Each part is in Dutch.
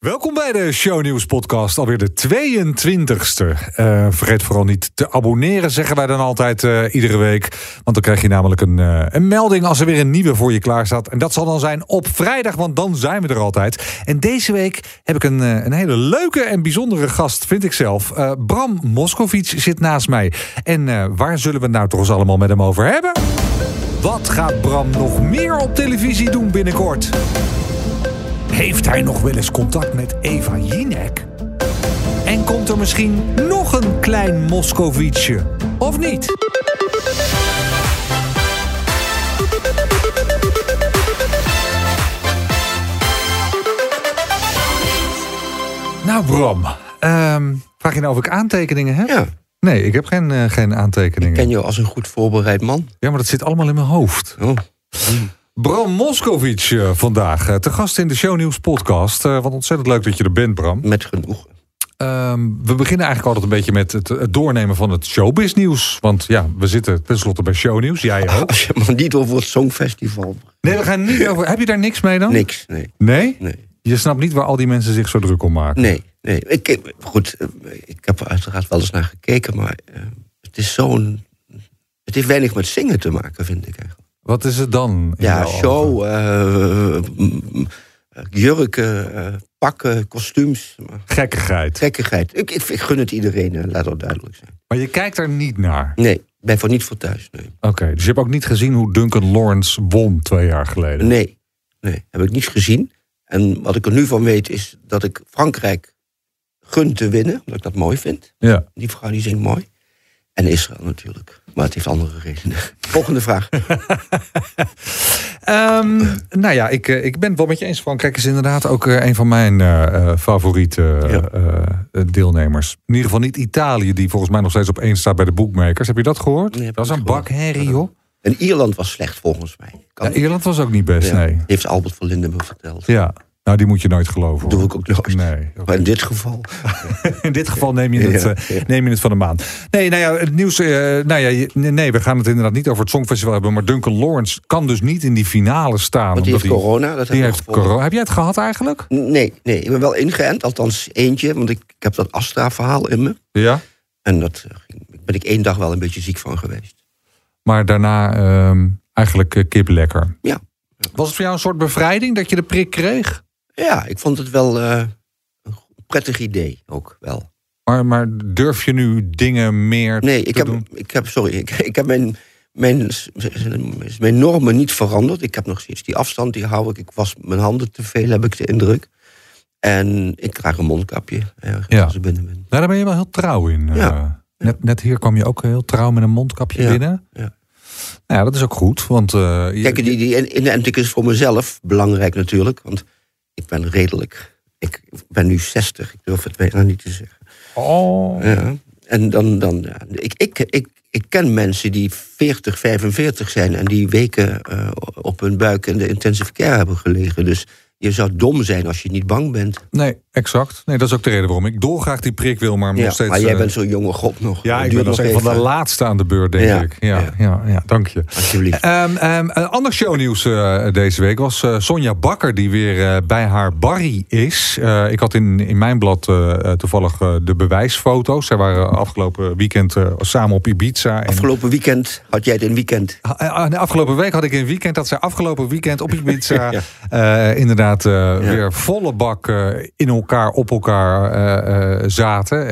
Welkom bij de Shownieuws podcast, alweer de 22e. Vergeet vooral niet te abonneren, zeggen wij dan altijd iedere week. Want dan krijg je namelijk een melding als er weer een nieuwe voor je klaar staat. En dat zal dan zijn op vrijdag, want dan zijn we er altijd. En deze week heb ik een hele leuke en bijzondere gast, vind ik zelf. Bram Moskowitz zit naast mij. En waar zullen we het nou toch eens allemaal met hem over hebben? Wat gaat Bram nog meer op televisie doen binnenkort? Heeft hij nog wel eens contact met Eva Jinek? En komt er misschien nog een klein Moskowitzje? Of niet? Nou Bram, vraag je nou of ik aantekeningen heb? Ja. Nee, ik heb geen aantekeningen. Ik ken jou als een goed voorbereid man. Ja, maar dat zit allemaal in mijn hoofd. Oh. Bram Moskowitz vandaag. Te gast in de Shownieuws podcast. Wat ontzettend leuk dat je er bent, Bram. Met genoeg. We beginnen eigenlijk altijd een beetje met het doornemen van het showbiznieuws. Want ja, we zitten tenslotte bij Shownieuws. Jij ook. Als je maar niet over het Songfestival. Nee, we gaan niet over. Heb je daar niks mee dan? Niks, nee. Nee? Nee. Je snapt niet waar al die mensen zich zo druk om maken? Nee. Ik heb er uiteraard wel eens naar gekeken, maar het is het heeft weinig met zingen te maken, vind ik eigenlijk. Wat is het dan? Ja, show, jurken, pakken, kostuums. Gekkigheid. Ik gun het iedereen, laat dat duidelijk zijn. Maar je kijkt er niet naar? Nee, ik ben voor niet voor thuis, nee. Oké, dus je hebt ook niet gezien hoe Duncan Lawrence won 2 jaar geleden? Nee, heb ik niet gezien. En wat ik er nu van weet is dat ik Frankrijk gun te winnen, omdat ik dat mooi vind. Ja. Die vrouw die zingt mooi. En Israël natuurlijk. Maar het heeft andere redenen. Volgende vraag. Nou ja, ik ben het wel met je eens. Frankrijk is inderdaad ook een van mijn favoriete deelnemers. In ieder geval niet Italië, die volgens mij nog steeds op 1 staat bij de bookmakers. Heb je dat gehoord? Nee, dat was een bakherrie, joh. En Ierland was slecht volgens mij. Ja, Ierland was ook niet best, nee. Heeft Albert van Linden me verteld. Ja, nou die moet je nooit geloven. Doe ik ook nooit. Nee. Maar in dit geval. In dit geval neem je het van de maan. Nee, nou ja, het nieuws. Nee, we gaan het inderdaad niet over het Songfestival hebben. Maar Duncan Lawrence kan dus niet in die finale staan. Want die heeft corona. Heb jij het gehad eigenlijk? Nee, ik ben wel ingeënt. Althans eentje. Want ik heb dat Astra-verhaal in me. Ja. En dat ben ik 1 dag wel een beetje ziek van geweest. Maar daarna eigenlijk kip lekker. Ja. Was het voor jou een soort bevrijding dat je de prik kreeg? Ja, ik vond het wel een prettig idee ook wel. Maar durf je nu dingen meer te doen? Ik heb mijn normen niet veranderd. Ik heb nog steeds die afstand, die hou ik. Ik was mijn handen te veel, heb ik de indruk. En ik draag een mondkapje als ik binnen ben. Nou, daar ben je wel heel trouw in. Ja. Net hier kwam je ook heel trouw met een mondkapje binnen. Ja. Nou ja, dat is ook goed. Want, kijk, die inenting is voor mezelf belangrijk natuurlijk. Want ik ben redelijk. Ik ben nu 60, ik durf het bijna niet te zeggen. Oh. Ja. En dan ik ken mensen die 40, 45 zijn en die weken op hun buik in de intensive care hebben gelegen. Dus je zou dom zijn als je niet bang bent. Nee, exact. Nee, dat is ook de reden waarom ik dolgraag die prik wil, maar nog steeds. Maar jij bent zo'n jonge god nog. Ja, ik ben nog een van de laatste aan de beurt, denk ik. Ja, dank je. Alsjeblieft. Ander shownieuws deze week was Sonja Bakker, die weer bij haar Barry is. Ik had in mijn blad toevallig de bewijsfoto's. Zij waren afgelopen weekend samen op Ibiza. Afgelopen weekend had jij het in weekend? Afgelopen week had ik in weekend dat zij afgelopen weekend op Ibiza inderdaad weer volle bak in elkaar, op elkaar zaten.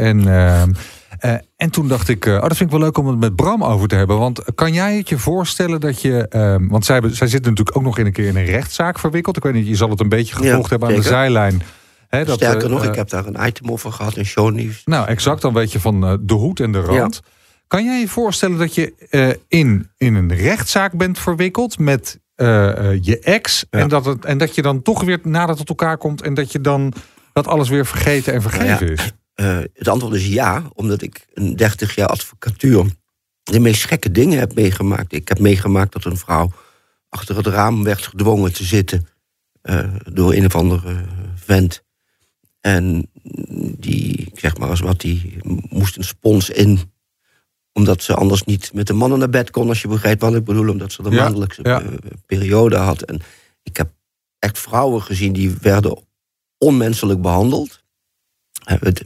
En toen dacht ik, dat vind ik wel leuk om het met Bram over te hebben. Want kan jij het je voorstellen dat je... want zij zitten natuurlijk ook nog een keer in een rechtszaak verwikkeld. Ik weet niet, je zal het een beetje gevolgd hebben aan de zijlijn. Sterker nog, ik heb daar een item over gehad in Shownieuws. Nou, exact, dan weet je van de hoed en de rand. Ja. Kan jij je voorstellen dat je in een rechtszaak bent verwikkeld met je ex... Ja. En dat je dan toch weer nader tot elkaar komt... en dat je dan dat alles weer vergeten en vergeven is? Het antwoord is ja, omdat ik een 30 jaar advocatuur de meest gekke dingen heb meegemaakt. Ik heb meegemaakt dat een vrouw achter het raam werd gedwongen te zitten door een of andere vent. En die, ik zeg maar eens wat, die moest een spons in, omdat ze anders niet met de mannen naar bed kon, als je begrijpt wat ik bedoel, omdat ze de maandelijkse periode had. En ik heb echt vrouwen gezien die werden onmenselijk behandeld. Het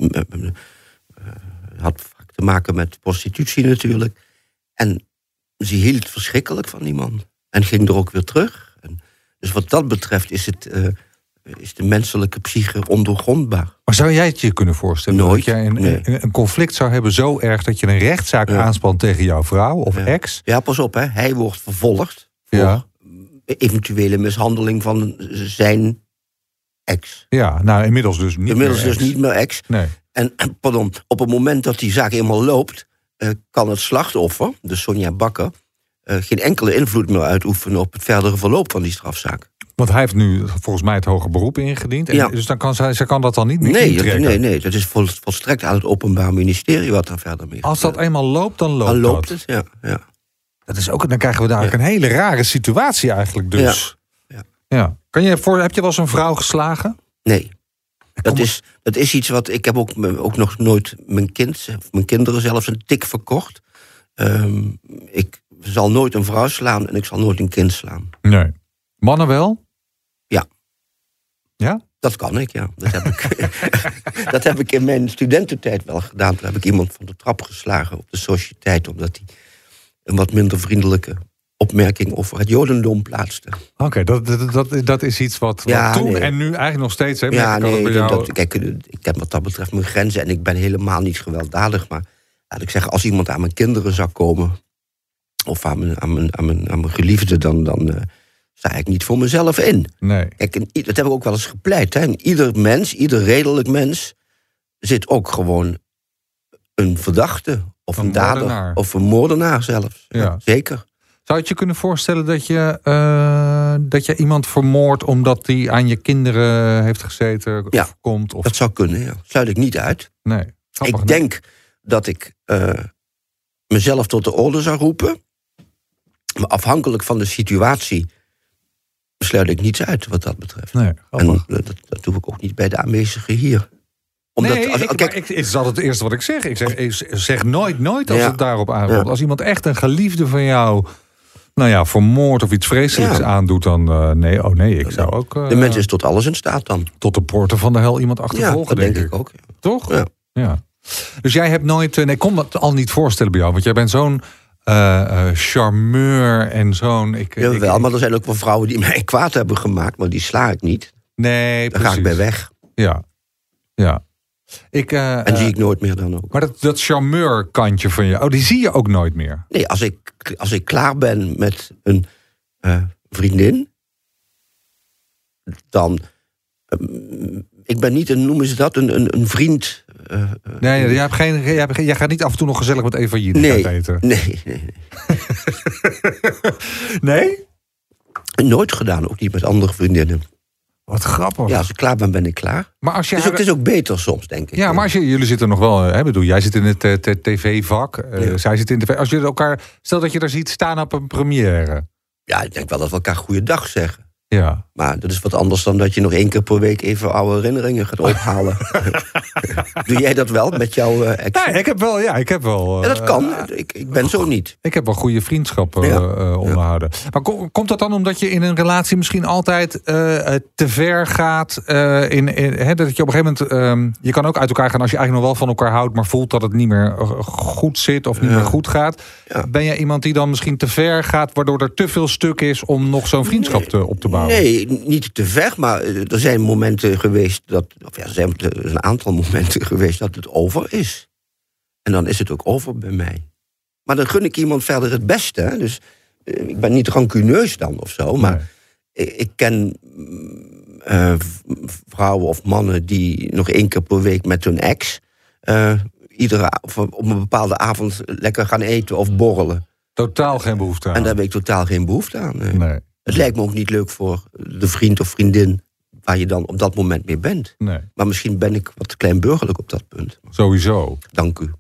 had vaak te maken met prostitutie natuurlijk. En ze hield verschrikkelijk van die man. En ging er ook weer terug. Dus wat dat betreft is de menselijke psyche ondoorgrondbaar. Maar zou jij het je kunnen voorstellen? Nooit. Dat jij een conflict zou hebben zo erg dat je een rechtszaak aanspant tegen jouw vrouw of ex? Ja, pas op, hè. Hij wordt vervolgd voor eventuele mishandeling van zijn ex. Ja, nou inmiddels dus niet meer ex. Nee. En op het moment dat die zaak eenmaal loopt, kan het slachtoffer, dus Sonja Bakker, geen enkele invloed meer uitoefenen op het verdere verloop van die strafzaak. Want hij heeft nu volgens mij het hoger beroep ingediend. En dus dan kan ze kan dat dan niet meer intrekken. Nee, dat is volstrekt aan het Openbaar Ministerie wat er verder mee Als dat eenmaal loopt, dan loopt het, ja. Dat is ook, dan krijgen we daar een hele rare situatie eigenlijk dus. Ja. Heb je wel eens een vrouw geslagen? Nee. Dat is iets wat... Ik heb ook nog nooit mijn kinderen zelfs een tik verkocht. Ik zal nooit een vrouw slaan en ik zal nooit een kind slaan. Nee. Mannen wel? Ja. Ja? Dat kan ik, ja. Dat heb ik in mijn studententijd wel gedaan. Toen heb ik iemand van de trap geslagen op de sociëteit, omdat hij een wat minder vriendelijke opmerking over het jodendom plaatste. Oké, dat is iets wat toen en nu eigenlijk nog steeds... Hè, kijk, ik heb wat dat betreft mijn grenzen en ik ben helemaal niet gewelddadig, maar laat ik zeggen, als iemand aan mijn kinderen zou komen of aan mijn geliefde, dan sta ik niet voor mezelf in. Nee. Kijk, dat heb ik ook wel eens gepleit. Hè. En ieder redelijk mens zit ook gewoon een verdachte of een dader moordenaar. Of een moordenaar zelfs. Ja. Zeker. Zou je kunnen voorstellen dat je iemand vermoordt omdat hij aan je kinderen heeft gezeten of komt? Of... Dat zou kunnen, ja. Sluit ik niet uit. Nee. Ik denk dat ik mezelf tot de orde zou roepen. Maar afhankelijk van de situatie sluit ik niets uit wat dat betreft. Nee, en dat doe ik ook niet bij de aanwezigen hier. Omdat, het is altijd het eerste wat ik zeg. Ik zeg nooit als het daarop aankomt. Ja. Als iemand echt een geliefde van jou vermoord of iets vreselijks aandoet, dan ik zou ook... de mens is tot alles in staat dan. Tot de poorten van de hel iemand achtervolgen, denk ik ook. Ja. Toch? Ja. Dus jij hebt nooit... ik kon dat al niet voorstellen bij jou, want jij bent zo'n charmeur en zo'n... Jawel, maar er zijn ook wel vrouwen die mij kwaad hebben gemaakt, maar die sla ik niet. Nee, daar ga ik bij weg. Ja. En zie ik nooit meer dan ook. Maar dat charmeur-kantje van je, die zie je ook nooit meer? Nee, als ik klaar ben met een vriendin, dan... ik ben niet noemen ze dat, een vriend... nee, jij gaat niet af en toe nog gezellig met Eva Jinek eten? Nee. Nee? Nooit gedaan, ook niet met andere vriendinnen. Wat grappig. Ja, als ik klaar ben ik klaar. Maar als je het is ook beter soms, denk ik. Ja, maar jullie zitten nog wel... jij zit in het tv-vak, zij zit in de... Als je elkaar... Stel dat je daar ziet staan op een première. Ja, ik denk wel dat we elkaar goeiedag zeggen. Ja. Maar dat is wat anders dan dat je nog 1 keer per week even oude herinneringen gaat ophalen. Doe jij dat wel met jouw ex? Ja, ik heb wel. Ja, dat kan. Ik ben zo niet. Ik heb wel goede vriendschappen onderhouden. Maar komt dat dan omdat je in een relatie misschien altijd te ver gaat? Dat je op een gegeven moment... je kan ook uit elkaar gaan als je eigenlijk nog wel van elkaar houdt, maar voelt dat het niet meer goed zit of niet meer goed gaat. Ja. Ben jij iemand die dan misschien te ver gaat, waardoor er te veel stuk is om nog zo'n vriendschap op te bouwen? Nee, niet te ver, maar er zijn momenten geweest er zijn een aantal momenten geweest dat het over is. En dan is het ook over bij mij. Maar dan gun ik iemand verder het beste. Hè? Dus ik ben niet rancuneus dan of zo, maar ik ken vrouwen of mannen die nog 1 keer per week met hun ex op een bepaalde avond lekker gaan eten of borrelen. Totaal geen behoefte aan. En daar heb ik totaal geen behoefte aan. Nee. Het lijkt me ook niet leuk voor de vriend of vriendin waar je dan op dat moment mee bent. Nee. Maar misschien ben ik wat kleinburgerlijk op dat punt. Sowieso. Dank u.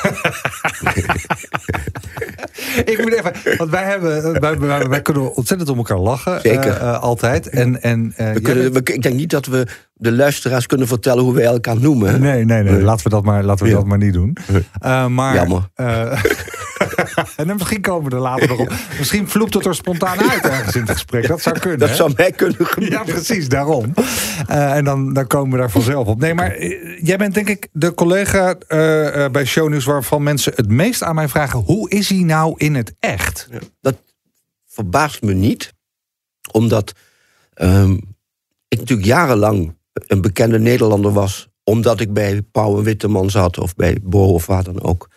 Ik moet even, want wij kunnen ontzettend om elkaar lachen. Zeker. Altijd. Ik denk niet dat we de luisteraars kunnen vertellen hoe wij elkaar noemen. Nee. Laten we dat maar niet doen. Maar, jammer. En dan misschien komen we er later nog op. Misschien vloept het er spontaan uit ergens in het gesprek. Dat zou kunnen. Dat hè? zou mij kunnen gebeuren. Ja, precies, daarom. En dan komen we daar vanzelf op. Nee, maar jij bent denk ik de collega bij Shownieuws waarvan mensen het meest aan mij vragen: hoe is hij nou in het echt? Ja, dat verbaast me niet. Omdat ik natuurlijk jarenlang een bekende Nederlander was. Omdat ik bij Pauw en Witteman zat of bij Bo of waar dan ook.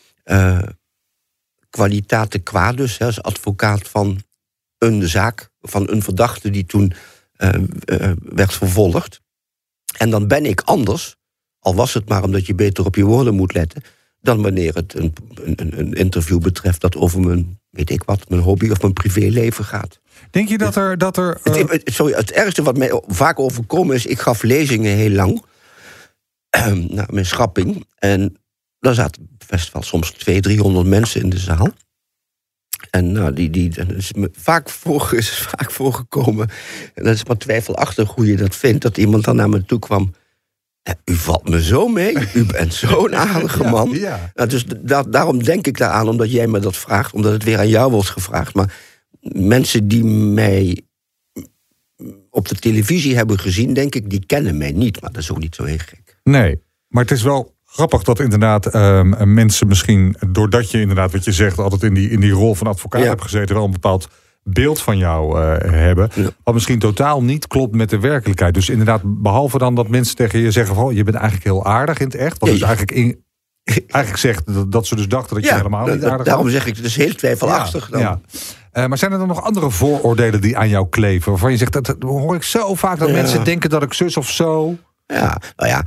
Kwaliteiten qua dus, hè, als advocaat van een zaak, van een verdachte die toen werd vervolgd. En dan ben ik anders, al was het maar omdat je beter op je woorden moet letten, dan wanneer het een interview betreft dat over mijn, weet ik wat, mijn hobby of mijn privéleven gaat. Denk je dat er Het ergste wat mij vaak overkomen is, ik gaf lezingen heel lang, naar mijn schrapping, en daar zaten best wel soms 200-300 mensen in de zaal. En nou, dat is me vaak voorgekomen. En dat is maar twijfelachtig hoe je dat vindt. Dat iemand dan naar me toe kwam. U valt me zo mee. U bent zo'n aardige man. Ja. Nou, dus daarom denk ik daaraan, omdat jij me dat vraagt. Omdat het weer aan jou wordt gevraagd. Maar mensen die mij op de televisie hebben gezien, denk ik, die kennen mij niet. Maar dat is ook niet zo heel gek. Nee, maar het is wel grappig dat inderdaad mensen misschien, doordat je inderdaad wat je zegt, altijd in die rol van advocaat hebt gezeten, wel een bepaald beeld van jou hebben. Ja. Wat misschien totaal niet klopt met de werkelijkheid. Dus inderdaad, behalve dan dat mensen tegen je zeggen van, je bent eigenlijk heel aardig in het echt. Wat dus eigenlijk zegt dat ze dus dachten dat je helemaal niet aardig was. Daarom zeg ik, het is heel twijfelachtig. Maar zijn er dan nog andere vooroordelen die aan jou kleven? Waarvan je zegt, dat hoor ik zo vaak, dat mensen denken dat ik zus of zo. Ja, nou ja,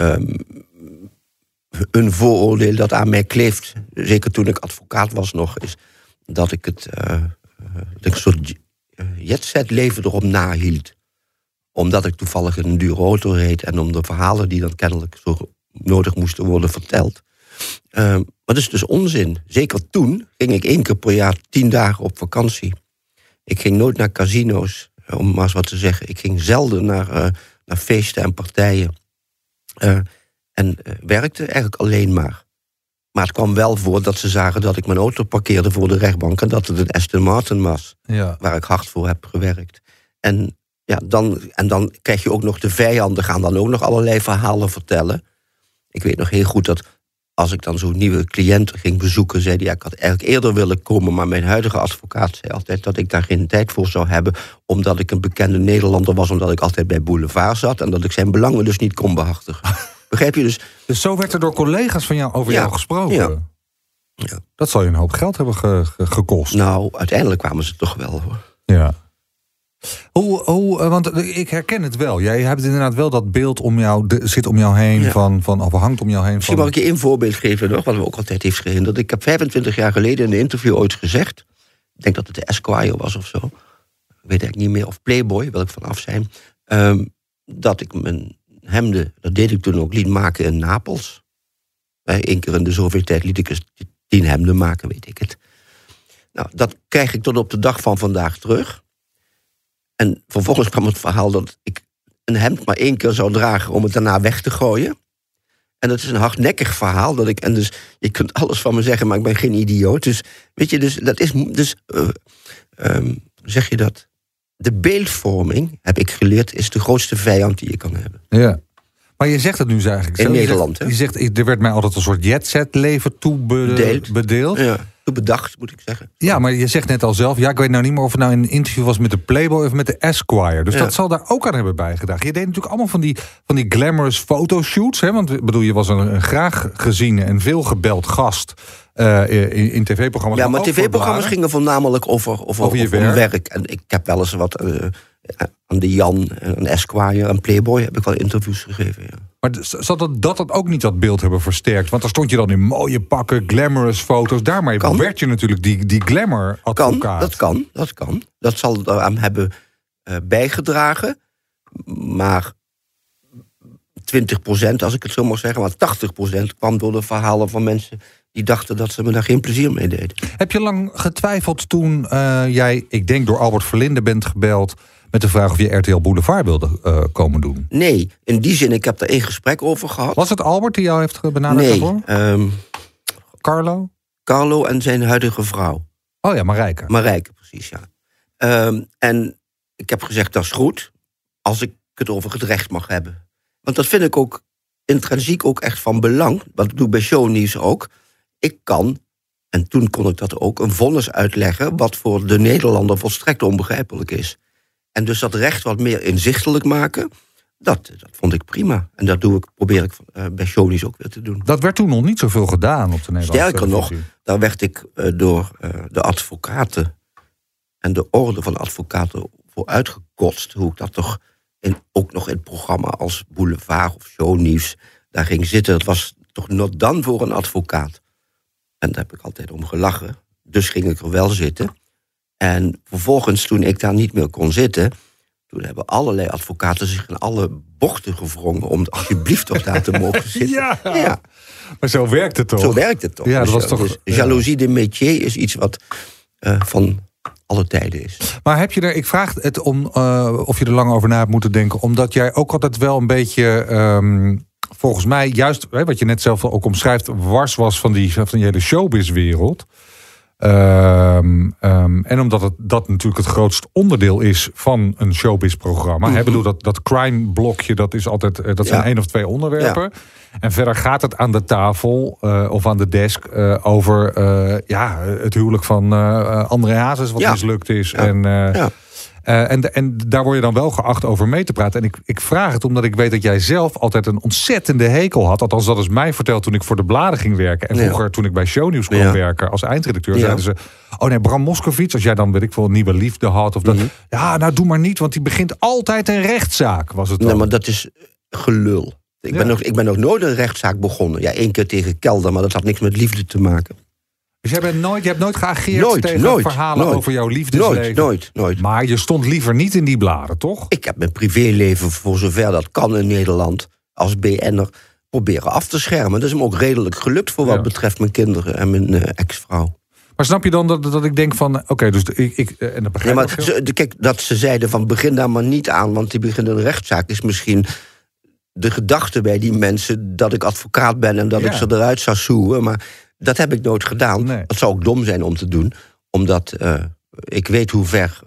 een vooroordeel dat aan mij kleeft, zeker toen ik advocaat was nog, is dat ik een soort jetset leven erop nahield. Omdat ik toevallig in een dure auto reed en om de verhalen die dan kennelijk zo nodig moesten worden verteld. Maar dat is dus onzin. Zeker toen ging ik 1 keer per jaar 10 dagen op vakantie. Ik ging nooit naar casino's, om maar eens wat te zeggen. Ik ging zelden naar feesten en partijen. En werkte eigenlijk alleen maar. Maar het kwam wel voor dat ze zagen dat ik mijn auto parkeerde voor de rechtbank en dat het een Aston Martin was. Ja. Waar ik hard voor heb gewerkt. En dan krijg je ook nog de vijanden, gaan dan ook nog allerlei verhalen vertellen. Ik weet nog heel goed dat als ik dan zo'n nieuwe cliënten ging bezoeken, zei hij, ik had eigenlijk eerder willen komen, maar mijn huidige advocaat zei altijd dat ik daar geen tijd voor zou hebben, omdat ik een bekende Nederlander was, omdat ik altijd bij Boulevard zat en dat ik zijn belangen dus niet kon behartigen. Begrijp je dus? Dus zo werd er door collega's van jou over jou gesproken? Ja. Dat zal je een hoop geld hebben gekost. Nou, uiteindelijk kwamen ze toch wel, hoor. Ja. Want ik herken het wel. Jij hebt inderdaad wel dat beeld om jou, zit om jou heen, of hangt om jou heen. Misschien mag ik je één voorbeeld geven, nog, wat me ook altijd heeft gehinderd. Ik heb 25 jaar geleden in een interview ooit gezegd, ik denk dat het de Esquire was of zo, ik weet eigenlijk niet meer, of Playboy, wil ik vanaf zijn, dat ik mijn hemden, dat deed ik toen ook, liet maken in Napels. 1 keer in de zoveel tijd liet ik eens 10 hemden maken, weet ik het. Nou, dat krijg ik tot op de dag van vandaag terug. En vervolgens kwam het verhaal dat ik een hemd maar 1 keer zou dragen om het daarna weg te gooien. En dat is een hardnekkig verhaal. En dus, je kunt alles van me zeggen, maar ik ben geen idioot. Dus, weet je, dus dat is, zeg je dat? De beeldvorming, heb ik geleerd, is de grootste vijand die je kan hebben. Ja. Maar je zegt het nu eigenlijk in Nederland, hè? Je zegt, er werd mij altijd een soort jetset leven toebedeeld. Ja, toebedacht, moet ik zeggen. Ja, maar je zegt net al zelf, ik weet nou niet meer of het nou in een interview was met de Playboy of met de Esquire. Dus dat zal daar ook aan hebben bijgedragen. Je deed natuurlijk allemaal van die glamorous fotoshoots, hè? Want bedoel, je was een graag gezien en veel gebeld gast in tv-programma's. Ja, maar tv-programma's gingen voornamelijk over je werk. En ik heb wel eens wat aan de Jan, aan Esquire en Playboy heb ik wel interviews gegeven. Ja. Maar zal dat ook niet dat beeld hebben versterkt? Want daar stond je dan in mooie pakken, glamorous foto's. Daarmee werd je natuurlijk die glamour-advocaat. Dat kan. Dat zal eraan hebben bijgedragen. Maar 20%, als ik het zo mag zeggen, maar 80% kwam door de verhalen van mensen die dachten dat ze me daar geen plezier mee deden. Heb je lang getwijfeld toen jij, ik denk door Albert Verlinde, bent gebeld met de vraag of je RTL Boulevard wilde komen doen? Nee, in die zin, ik heb er 1 gesprek over gehad. Was het Albert die jou heeft benaderd daarvoor? Nee. Carlo? Carlo en zijn huidige vrouw. Oh ja, Marijke. Marijke, precies, ja. En ik heb gezegd, dat is goed, als ik het over het recht mag hebben. Want dat vind ik ook intrinsiek ook echt van belang. Wat ik doe bij Shownieuws ook. Ik kan, en toen kon ik dat ook, een vonnis uitleggen wat voor de Nederlander volstrekt onbegrijpelijk is. En dus dat recht wat meer inzichtelijk maken, dat vond ik prima. En dat probeer ik bij Shownieuws ook weer te doen. Dat werd toen nog niet zoveel gedaan op de Nederlandse Sterker nog, televisie. daar werd ik door de advocaten en de orde van advocaten voor uitgekotst. Hoe ik dat toch ook nog in het programma als Boulevard of Shownieuws daar ging zitten. Dat was toch not dan voor een advocaat. En daar heb ik altijd om gelachen. Dus ging ik er wel zitten. En vervolgens, toen ik daar niet meer kon zitten, toen hebben allerlei advocaten zich in alle bochten gewrongen om alsjeblieft toch daar te mogen zitten. Ja. Maar zo werkt het toch? Zo werkt het toch. Ja, dat dus, was toch dus jaloezie de métier is iets wat van alle tijden is. Maar heb je er, ik vraag het om of je er lang over na hebt moeten denken, omdat jij ook altijd wel een beetje, volgens mij, juist wat je net zelf ook omschrijft, wars was van die hele showbizwereld. En omdat dat natuurlijk het grootste onderdeel is van een showbiz-programma. Mm-hmm. Ik bedoel, dat crime-blokje, dat is altijd, dat zijn 1 of 2 onderwerpen. Ja. En verder gaat het aan de tafel of aan de desk over het huwelijk van André Hazes, wat mislukt is. Ja. En daar word je dan wel geacht over mee te praten. En ik vraag het omdat ik weet dat jij zelf altijd een ontzettende hekel had. Althans, dat is mij verteld toen ik voor de bladen ging werken. En vroeger, toen ik bij Shownieuws kwam werken als eindredacteur, zeiden ze: oh nee, Bram Moskowitz, als jij dan, weet ik veel, een nieuwe liefde had of dat. Ja, nou doe maar niet, want die begint altijd een rechtszaak, was het dan. Nee, maar dat is gelul. Ik ben nog nooit een rechtszaak begonnen. Ja, 1 keer tegen Kelder, maar dat had niks met liefde te maken. Dus je hebt nooit geageerd tegen verhalen over jouw liefdesleven? Nooit. Maar je stond liever niet in die bladen, toch? Ik heb mijn privéleven, voor zover dat kan in Nederland, als BN'er proberen af te schermen. Dat is me ook redelijk gelukt voor wat betreft mijn kinderen en mijn ex-vrouw. Maar snap je dan dat ik denk van, oké, dus en dat begrijp ik. Kijk, dat ze zeiden van begin daar maar niet aan, want die begint een rechtszaak, is misschien de gedachte bij die mensen dat ik advocaat ben en dat ik ze eruit zou soeën, maar dat heb ik nooit gedaan. Nee. Dat zou ook dom zijn om te doen, omdat ik weet hoe ver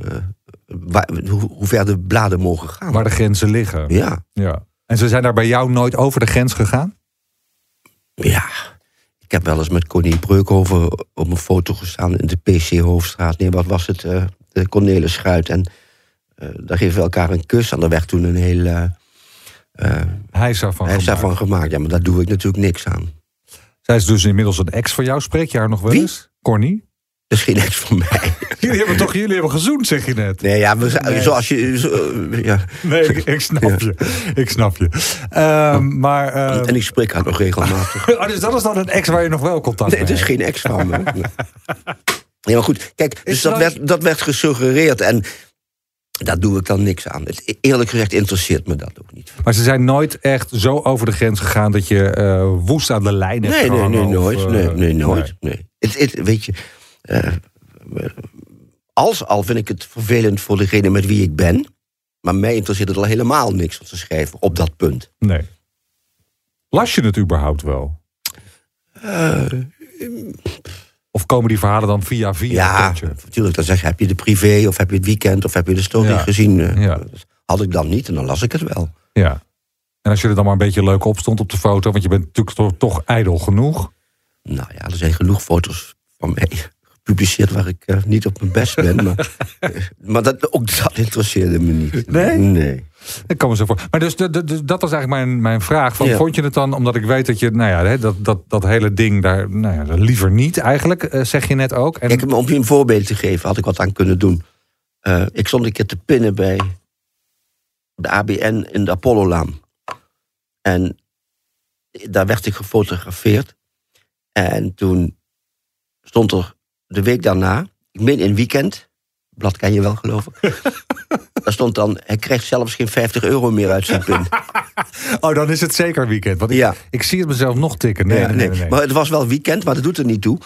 de bladen mogen gaan. Waar de grenzen liggen. Ja. En ze zijn daar bij jou nooit over de grens gegaan? Ja. Ik heb wel eens met Connie Breukhoven op een foto gestaan in de PC Hoofdstraat. Nee, wat was het? De Cornelis Schuit. En daar geven we elkaar een kus. En daar werd toen een heel heisa van gemaakt. Ja, maar daar doe ik natuurlijk niks aan. Zij is dus inmiddels een ex van jou. Spreek je haar nog wel eens? Connie? Dat is geen ex van mij. Jullie hebben gezoend, zeg je net. Nee, ja, zoals je... Nee, ik snap je. Ik snap je. Maar, en ik spreek haar nog regelmatig. Dus dat is dan een ex waar je nog wel contact mee hebt? Nee, het is geen ex van me. Ja, maar goed, kijk, dus dat werd gesuggereerd en daar doe ik dan niks aan. Eerlijk gezegd interesseert me dat ook niet. Maar ze zijn nooit echt zo over de grens gegaan dat je woest aan de lijn hebt gehangen? Nee, nooit. Nee. Weet je, al vind ik het vervelend voor degene met wie ik ben, maar mij interesseert het al helemaal niks om te schrijven op dat punt. Nee. Las je het überhaupt wel? Of komen die verhalen dan via? Ja, natuurlijk. Dan zeg je, heb je de privé of heb je het weekend of heb je de story gezien? Dat had ik dan niet en dan las ik het wel. Ja. En als je er dan maar een beetje leuk op stond op de foto, want je bent natuurlijk toch ijdel genoeg. Nou ja, er zijn genoeg foto's van mij gepubliceerd waar ik niet op mijn best ben. Maar dat interesseerde me niet. Nee. Ik kan me zo voor. Maar dus dat was eigenlijk mijn vraag. Vond je het dan, omdat ik weet dat je dat hele ding daar liever niet eigenlijk, zeg je net ook. En om je een voorbeeld te geven, had ik wat aan kunnen doen. Ik stond een keer te pinnen bij de ABN in de Apollolaan. En daar werd ik gefotografeerd. En toen stond er de week daarna, ik meen in Weekend, blad ken je wel geloof ik. Daar stond dan, hij krijgt zelfs geen €50 meer uit zijn pin. Oh, dan is het zeker Weekend. Want ik zie het mezelf nog tikken. Nee. Maar het was wel Weekend, maar dat doet er niet toe.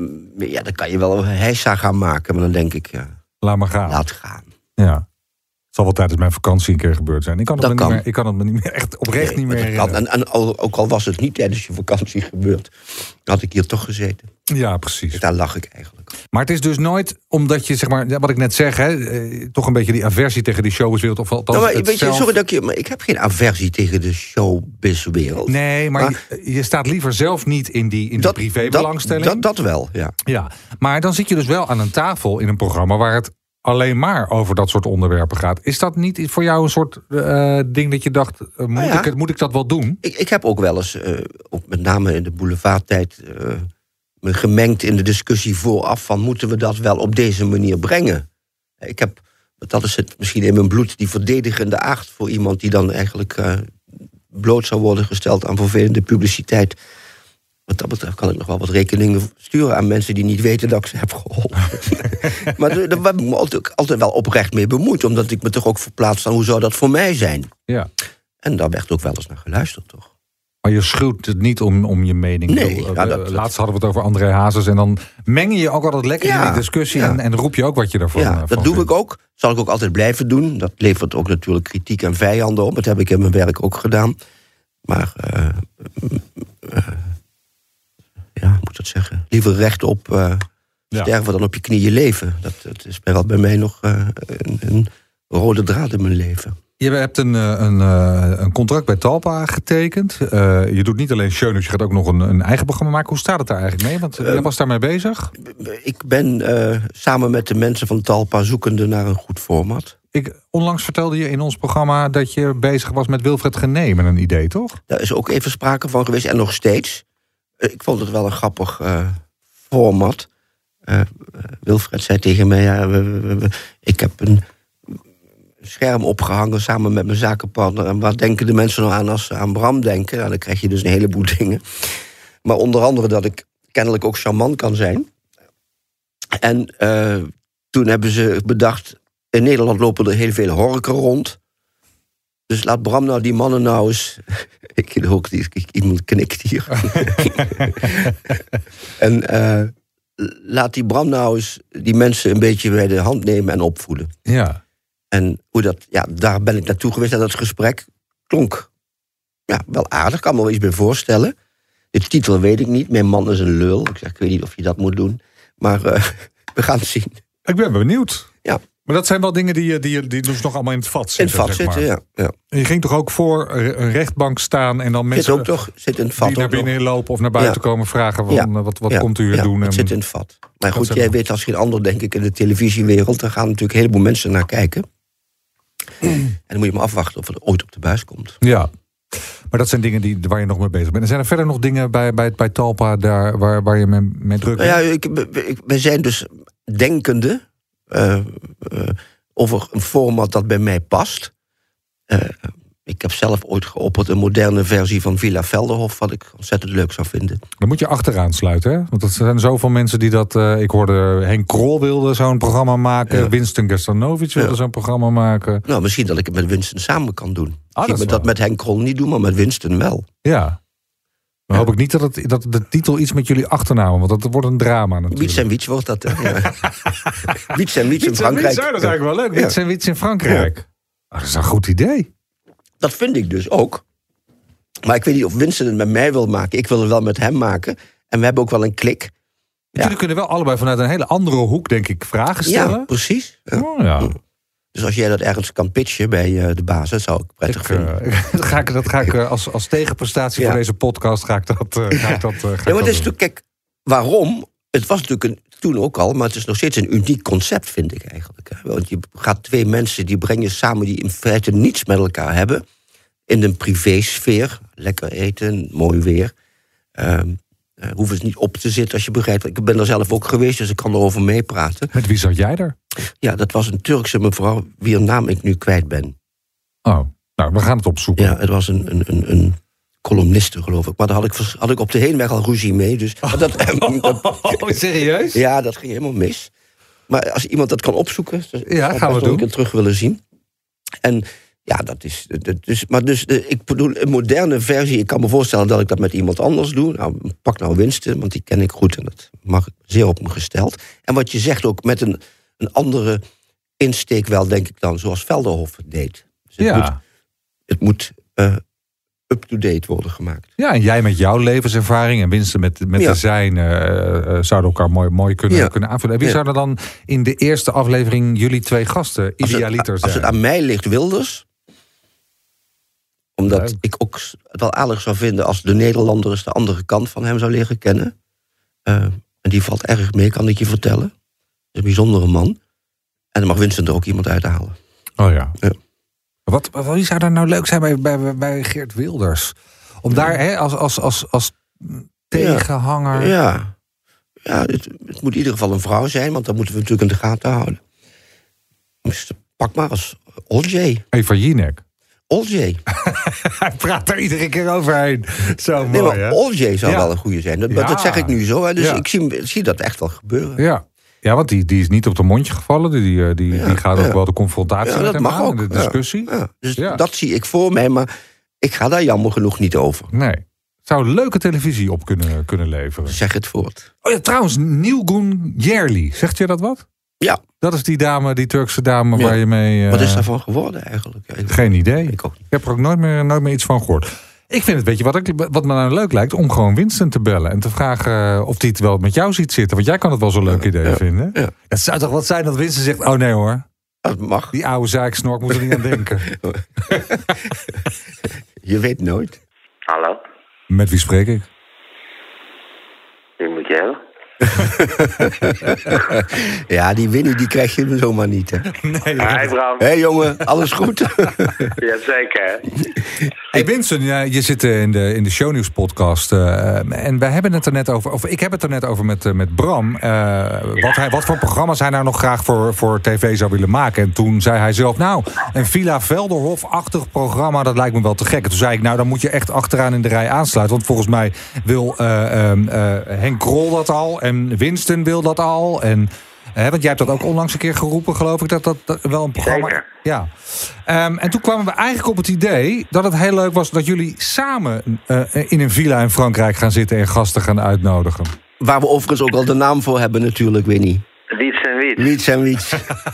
Dan kan je wel een heisa gaan maken, maar dan denk ik, laat maar gaan. Laat gaan. Ja. zal wel tijdens mijn vakantie een keer gebeurd zijn. Ik kan het me niet meer echt oprecht niet meer herinneren. En ook al was het niet tijdens je vakantie gebeurd, had ik hier toch gezeten. Ja, precies. Dus daar lag ik eigenlijk. Maar het is dus nooit omdat je, zeg maar, wat ik net zeg, toch een beetje die aversie tegen die showbizwereld. Of althans, maar ik heb geen aversie tegen de showbizwereld. Nee, maar je staat liever zelf niet in die privébelangstelling. Dat wel, ja. Ja, maar dan zit je dus wel aan een tafel in een programma waar het alleen maar over dat soort onderwerpen gaat. Is dat niet voor jou een soort ding dat je dacht, moet ik dat wel doen? Ik heb ook wel eens, ook met name in de boulevardtijd, me gemengd in de discussie vooraf van moeten we dat wel op deze manier brengen? Dat is het misschien in mijn bloed, die verdedigende aard voor iemand die dan eigenlijk bloot zou worden gesteld aan vervelende publiciteit. Wat dat betreft kan ik nog wel wat rekeningen sturen aan mensen die niet weten dat ik ze heb geholpen. Maar daar heb ik me altijd wel oprecht mee bemoeid, omdat ik me toch ook verplaatst aan hoe zou dat voor mij zijn. Ja. En daar werd ook wel eens naar geluisterd, toch? Maar je schuwt het niet om je mening. Nee. Laatst hadden we het over André Hazes en dan meng je ook altijd lekker in die discussie en roep je ook wat je ervan Ja, dat doe ik ook. Zal ik ook altijd blijven doen. Dat levert ook natuurlijk kritiek en vijanden op. Dat heb ik in mijn werk ook gedaan. Maar hoe moet ik dat zeggen? Liever rechtop sterven dan op je knieën leven. Dat is bij mij nog een rode draad in mijn leven. Je hebt een contract bij Talpa getekend. Je doet niet alleen Schönews, je gaat ook nog een eigen programma maken. Hoe staat het daar eigenlijk mee? Want jij was daarmee bezig. Ik ben samen met de mensen van Talpa zoekende naar een goed format. Onlangs vertelde je in ons programma dat je bezig was met Wilfred Genee met een idee, toch? Daar is ook even sprake van geweest en nog steeds. Ik vond het wel een grappig format. Wilfred zei tegen mij, ik heb een scherm opgehangen samen met mijn zakenpartner. En wat denken de mensen nou aan als ze aan Bram denken? Nou, dan krijg je dus een heleboel dingen. Maar onder andere dat ik kennelijk ook charmant kan zijn. En toen hebben ze bedacht, in Nederland lopen er heel veel horken rond. Dus laat Bram nou die mannen nou eens... Iemand knikt hier. En laat die Bram nou eens die mensen een beetje bij de hand nemen en opvoeden. Ja. En daar ben ik naartoe geweest en dat gesprek klonk wel aardig. Ik kan me wel iets bij voorstellen. De titel weet ik niet. Mijn man is een lul. Ik zeg, ik weet niet of je dat moet doen. Maar we gaan het zien. Ik ben benieuwd. Ja. Maar dat zijn wel dingen die dus nog allemaal in het vat zitten. In het vat zitten, ja. En je ging toch ook voor een rechtbank staan en dan mensen zit in het vat die naar binnen lopen of naar buiten komen vragen van wat komt u hier doen? Het zit in het vat. Maar goed, jij weet als geen ander, denk ik, in de televisiewereld, daar gaan natuurlijk een heleboel mensen naar kijken. En dan moet je maar afwachten of het ooit op de buis komt. Ja, maar dat zijn dingen waar je nog mee bezig bent. En zijn er verder nog dingen bij Talpa daar waar je mee druk bent? Wij zijn dus denkende over een format dat bij mij past. Ik heb zelf ooit geopperd een moderne versie van Villa Velderhof, wat ik ontzettend leuk zou vinden. Dan moet je achteraan sluiten, hè? Want er zijn zoveel mensen die dat... ik hoorde Henk Krol wilde zo'n programma maken. Ja. Winston Gerstanovic wilde zo'n programma maken. Nou, misschien dat ik het met Winston samen kan doen. Dat met Henk Krol niet doen, maar met Winston wel. Ja. Dan hoop ik niet dat de titel iets met jullie achternamen, want dat wordt een drama natuurlijk. Wiets en Wiets wordt dat, ja. Wiets en Wiets in Frankrijk. Dat is eigenlijk wel leuk. Wiets en Wiets in Frankrijk. Ja. Dat is een goed idee. Dat vind ik dus ook. Maar ik weet niet of Winston het met mij wil maken. Ik wil het wel met hem maken. En we hebben ook wel een klik. Jullie kunnen wel allebei vanuit een hele andere hoek, denk ik, vragen stellen. Ja, precies. Ja. Oh, ja. Dus als jij dat ergens kan pitchen bij de baas, dat zou ik prettig vinden. Dat ga ik als tegenprestatie voor deze podcast ga ik dat maar het is natuurlijk, kijk, waarom? Het was natuurlijk toen ook al, maar het is nog steeds een uniek concept, vind ik eigenlijk. Want je gaat twee mensen, die breng je samen die in feite niets met elkaar hebben. In een privésfeer. Lekker eten, mooi weer. Hoeven ze niet op te zitten, als je begrijpt. Ik ben er zelf ook geweest, dus ik kan erover meepraten. Met wie zat jij er? Ja, dat was een Turkse mevrouw, wier naam ik nu kwijt ben. Oh, nou, we gaan het opzoeken. Ja, het was een columniste, geloof ik. Maar daar had ik op de heenweg al ruzie mee. Dus, serieus? Ja, dat ging helemaal mis. Maar als iemand dat kan opzoeken, gaan we doen. Ik het terug willen zien. En ja, dat is. Ik bedoel, een moderne versie. Ik kan me voorstellen dat ik dat met iemand anders doe. Nou, pak nou Winston, want die ken ik goed en dat mag zeer op me gesteld. En wat je zegt ook met een andere insteek wel, denk ik dan, zoals Velderhof het deed. Dus het moet up-to-date worden gemaakt. Ja, en jij met jouw levenservaring en Winston met de zijne zouden elkaar mooi kunnen aanvullen. Wie zou er dan in de eerste aflevering jullie 2 gasten idealiter zijn? Als het aan mij ligt, Wilders. Omdat ik ook het wel aardig zou vinden als de Nederlander eens de andere kant van hem zou leren kennen. En die valt erg mee, kan ik je vertellen. Dat is een bijzondere man. En dan mag Winston er ook iemand uithalen. Oh ja. Wie zou daar nou leuk zijn bij Geert Wilders? Om daar als tegenhanger... Ja, het moet in ieder geval een vrouw zijn, want dat moeten we natuurlijk in de gaten houden. Dus pak maar als Olje. Eva Jinek. Olje. Hij praat er iedere keer overheen. Zo mooi, maar hè? Olje zou wel een goede zijn. Dat zeg ik nu zo. Hè? Dus ik zie dat echt wel gebeuren. Ja, want die is niet op de mondje gevallen. Die gaat ook wel de confrontatie met hem aan. De discussie. Dus dat zie ik voor mij, maar ik ga daar jammer genoeg niet over. Nee. Zou leuke televisie op kunnen leveren. Zeg het voort. Oh ja, trouwens, Nilgün Yerli. Zegt je dat wat? Ja. Dat is die Turkse dame waar je mee... Wat is daarvan geworden eigenlijk? Geen idee. Ik ook niet. Ik heb er ook nooit meer iets van gehoord. Ik vind het, weet je wat me nou leuk lijkt? Om gewoon Winston te bellen en te vragen of hij het wel met jou ziet zitten. Want jij kan het wel zo'n leuk idee vinden. Ja. Het zou toch wat zijn dat Winston zegt, oh nee hoor. Dat mag. Die oude zeiksnork moet er niet aan denken. Je weet nooit. Hallo? Met wie spreek ik? Wie moet je hebben? Ja, die Winnie die krijg je zomaar niet, hè? Nee. Hi Bram. Hé jongen, alles goed? Jazeker. Hey Winston, je zit in de Shownieuws podcast. En wij hebben het er net over, of ik heb het er net over met Bram. Wat voor programma's hij nou nog graag voor tv zou willen maken. En toen zei hij zelf, nou, een Villa Velderhof-achtig programma, dat lijkt me wel te gek. En toen zei ik, nou, dan moet je echt achteraan in de rij aansluiten. Want volgens mij wil Henk Krol dat al. En Winston wil dat al. En, want jij hebt dat ook onlangs een keer geroepen, geloof ik, dat wel een programma... Zeker. Ja. En toen kwamen we eigenlijk op het idee dat het heel leuk was dat jullie samen in een villa in Frankrijk gaan zitten en gasten gaan uitnodigen. Waar we overigens ook al de naam voor hebben natuurlijk, Winnie. Wiets en Wiets. Wiets en Wiets.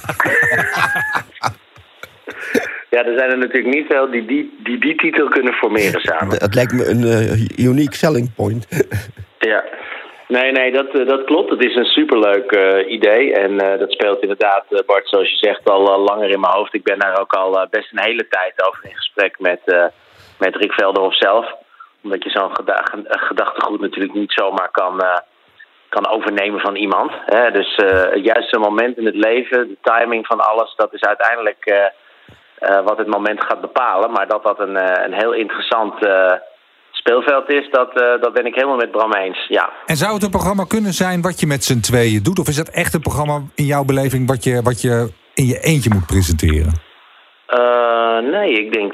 Ja, er zijn er natuurlijk niet veel die titel kunnen formeren samen. Het lijkt me een unique selling point. Ja. Nee, dat klopt. Het is een superleuk idee. En dat speelt inderdaad, Bart, zoals je zegt, al langer in mijn hoofd. Ik ben daar ook al best een hele tijd over in gesprek met Rick Velderhof zelf. Omdat je zo'n gedachtegoed natuurlijk niet zomaar kan overnemen van iemand. Hè? Dus het juiste moment in het leven, de timing van alles, dat is uiteindelijk wat het moment gaat bepalen. Maar dat een heel interessant... speelveld is, dat ben ik helemaal met Bram eens, ja. En zou het een programma kunnen zijn wat je met z'n tweeën doet? Of is dat echt een programma in jouw beleving wat je in je eentje moet presenteren? Nee, ik denk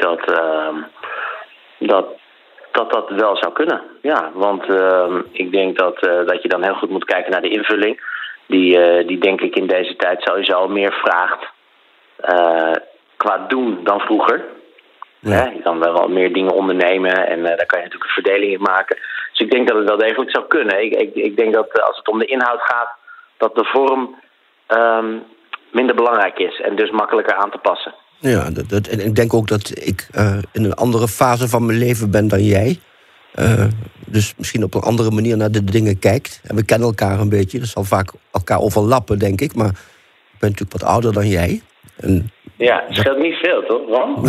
dat wel zou kunnen. Ja, want ik denk dat je dan heel goed moet kijken naar de invulling. Die denk ik in deze tijd sowieso meer vraagt qua doen dan vroeger. Ja. Je kan wel meer dingen ondernemen en daar kan je natuurlijk een verdeling in maken. Dus ik denk dat het wel degelijk zou kunnen. Ik denk dat als het om de inhoud gaat, dat de vorm minder belangrijk is en dus makkelijker aan te passen. Ja, en ik denk ook dat ik in een andere fase van mijn leven ben dan jij. Dus misschien op een andere manier naar de dingen kijkt. En we kennen elkaar een beetje, dat zal vaak elkaar overlappen, denk ik. Maar ik ben natuurlijk wat ouder dan jij. En ja, het scheelt niet veel, toch, Ron?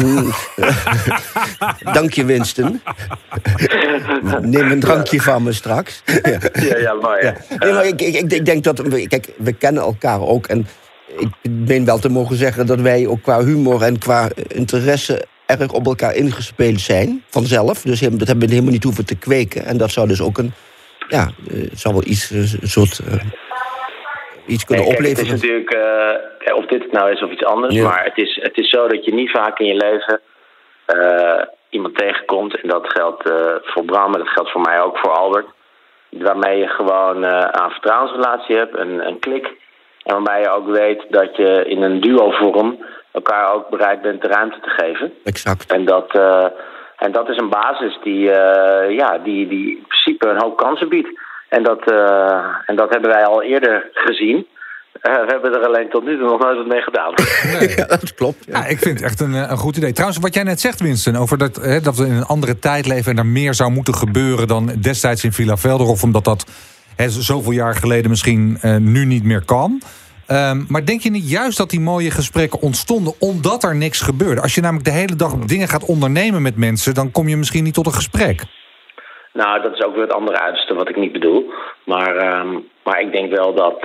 Dank je, Winston. Neem een drankje van me straks. Ja, mooi. Ja. Nee, maar ik denk dat... Kijk, we kennen elkaar ook. En ik meen wel te mogen zeggen dat wij ook qua humor en qua interesse erg op elkaar ingespeeld zijn. Vanzelf. Dus dat hebben we helemaal niet hoeven te kweken. En dat zou dus ook het zou wel iets, een soort... iets kunnen opleveren. Het is natuurlijk, of dit het nou is of iets anders, maar het is zo dat je niet vaak in je leven iemand tegenkomt, en dat geldt voor Bram, en dat geldt voor mij ook, voor Albert, waarmee je gewoon een vertrouwensrelatie hebt, een klik, en waarbij je ook weet dat je in een duo-vorm elkaar ook bereid bent de ruimte te geven. Exact. En dat is een basis die in principe een hoop kansen biedt. En dat hebben wij al eerder gezien. We hebben er alleen tot nu toe nog nooit wat mee gedaan. Nee. Ja, dat klopt. Ja. Ja, ik vind het echt een goed idee. Trouwens, wat jij net zegt, Winston, over dat we in een andere tijd leven en er meer zou moeten gebeuren dan destijds in Villa Velderhof, omdat dat zoveel jaar geleden misschien nu niet meer kan. Maar denk je niet juist dat die mooie gesprekken ontstonden omdat er niks gebeurde? Als je namelijk de hele dag dingen gaat ondernemen met mensen, dan kom je misschien niet tot een gesprek. Nou, dat is ook weer het andere uiterste wat ik niet bedoel. Maar ik denk wel dat